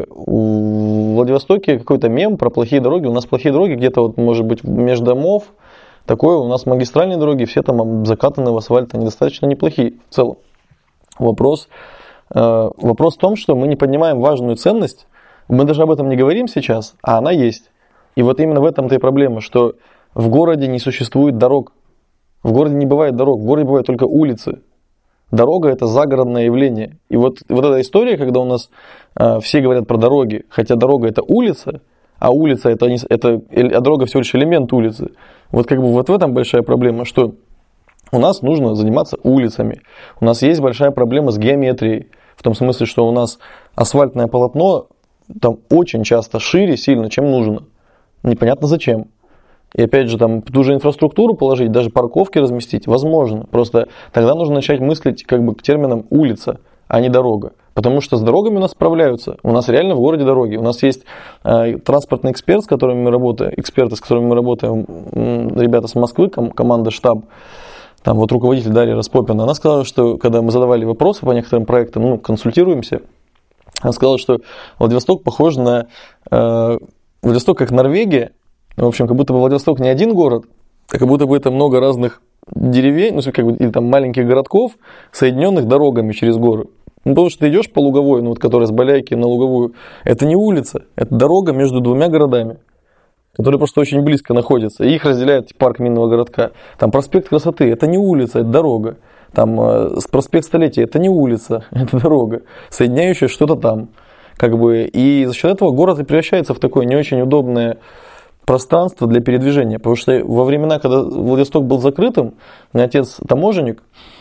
в Владивостоке какой-то мем про плохие дороги. У нас плохие дороги где-то, вот, может быть, между домов. Такое, у нас магистральные дороги, все там закатаны в асфальт, они достаточно неплохие в целом. Вопрос, э, вопрос в том, что мы не поднимаем важную ценность. Мы даже об этом не говорим сейчас, а она есть. И вот именно в этом-то и проблема, что в городе не существует дорог. В городе не бывает дорог, в городе бывают только улицы. Дорога – это загородное явление. И вот, вот эта история, когда у нас э, все говорят про дороги, хотя дорога – это улица, а улица – это, это, а дорога всего лишь элемент улицы. Вот как бы вот в этом большая проблема, что у нас нужно заниматься улицами. У нас есть большая проблема с геометрией. В том смысле, что у нас асфальтное полотно там очень часто шире сильно, чем нужно. Непонятно зачем. И опять же, там ту же инфраструктуру положить, даже парковки разместить, возможно. Просто тогда нужно начать мыслить как бы к терминам улица, а не дорога. Потому что с дорогами у нас справляются. У нас реально в городе дороги. У нас есть э, транспортный эксперт, с которыми мы работаем, эксперты, с которыми мы работаем, ребята с Москвы, ком- команда штаб, там вот руководитель Дарья Распопина. Она сказала, что когда мы задавали вопросы по некоторым проектам, ну, консультируемся, она сказала, что Владивосток похож на... Э, Владивосток как Норвегия. В общем, как будто бы Владивосток не один город, а как будто бы это много разных деревень, ну, как бы, или там маленьких городков, соединенных дорогами через горы. Ну, потому что ты идешь по Луговой, ну, вот, которая с Баляйки на Луговую, это не улица, это дорога между двумя городами, которые просто очень близко находятся. И их разделяет парк Минного городка. Там проспект Красоты, это не улица, это дорога. Там э, проспект Столетия, это не улица, это дорога, соединяющая что-то там. Как бы, и за счет этого город и превращается в такое не очень удобное пространство для передвижения. Потому что во времена, когда Владивосток был закрытым, у меня отец таможенник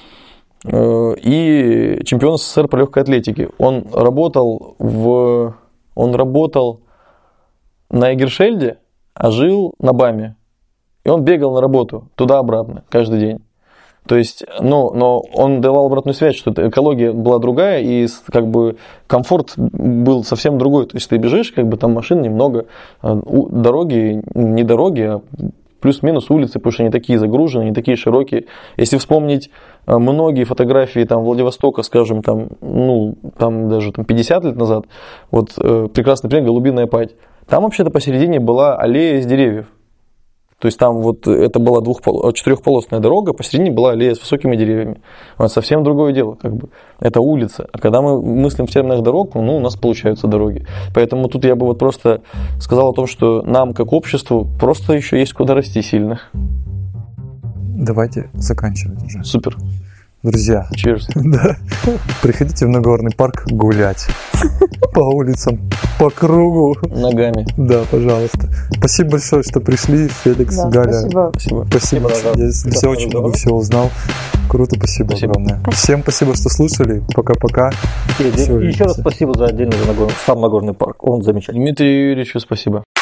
э, и чемпион СССР по легкой атлетике. Он работал, в, он работал на Эгершельде, а жил на БАМе. И он бегал на работу туда-обратно каждый день. То есть, ну, но он давал обратную связь, что экология была другая, и как бы комфорт был совсем другой. То есть ты бежишь, как бы там машин немного, дороги не дороги, а плюс-минус улицы, потому что они такие загруженные, не такие широкие. Если вспомнить многие фотографии там Владивостока, скажем, там, ну, там даже там, пятьдесят лет назад, вот э, прекрасный пример Голубиная Падь. Там вообще-то посередине была аллея из деревьев. То есть там вот это была двухпол... четырехполосная дорога, посередине была аллея с высокими деревьями. Вот совсем другое дело, как бы. Это улица. А когда мы мыслим в терминах дорог, ну, у нас получаются дороги. Поэтому тут я бы вот просто сказал о том, что нам, как обществу, просто еще есть куда расти сильно.
Давайте заканчивать уже.
Супер.
Друзья,
Cheers.
Да. Приходите в Нагорный парк гулять. По улицам, по кругу.
Ногами.
Да, пожалуйста. Спасибо большое, что пришли, Феликс,
Да,
Галя.
спасибо.
Спасибо.
Спасибо.
Спасибо,
Я
да.
все очень много всего узнал. Круто, спасибо,
Спасибо.
огромное. Всем спасибо, что слушали. Пока-пока.
И,
Всё,
и еще раз
увидимся.
спасибо за отдельный за Нагорный, сам Нагорный парк. Он замечательный.
Дмитрию Юрьевичу спасибо.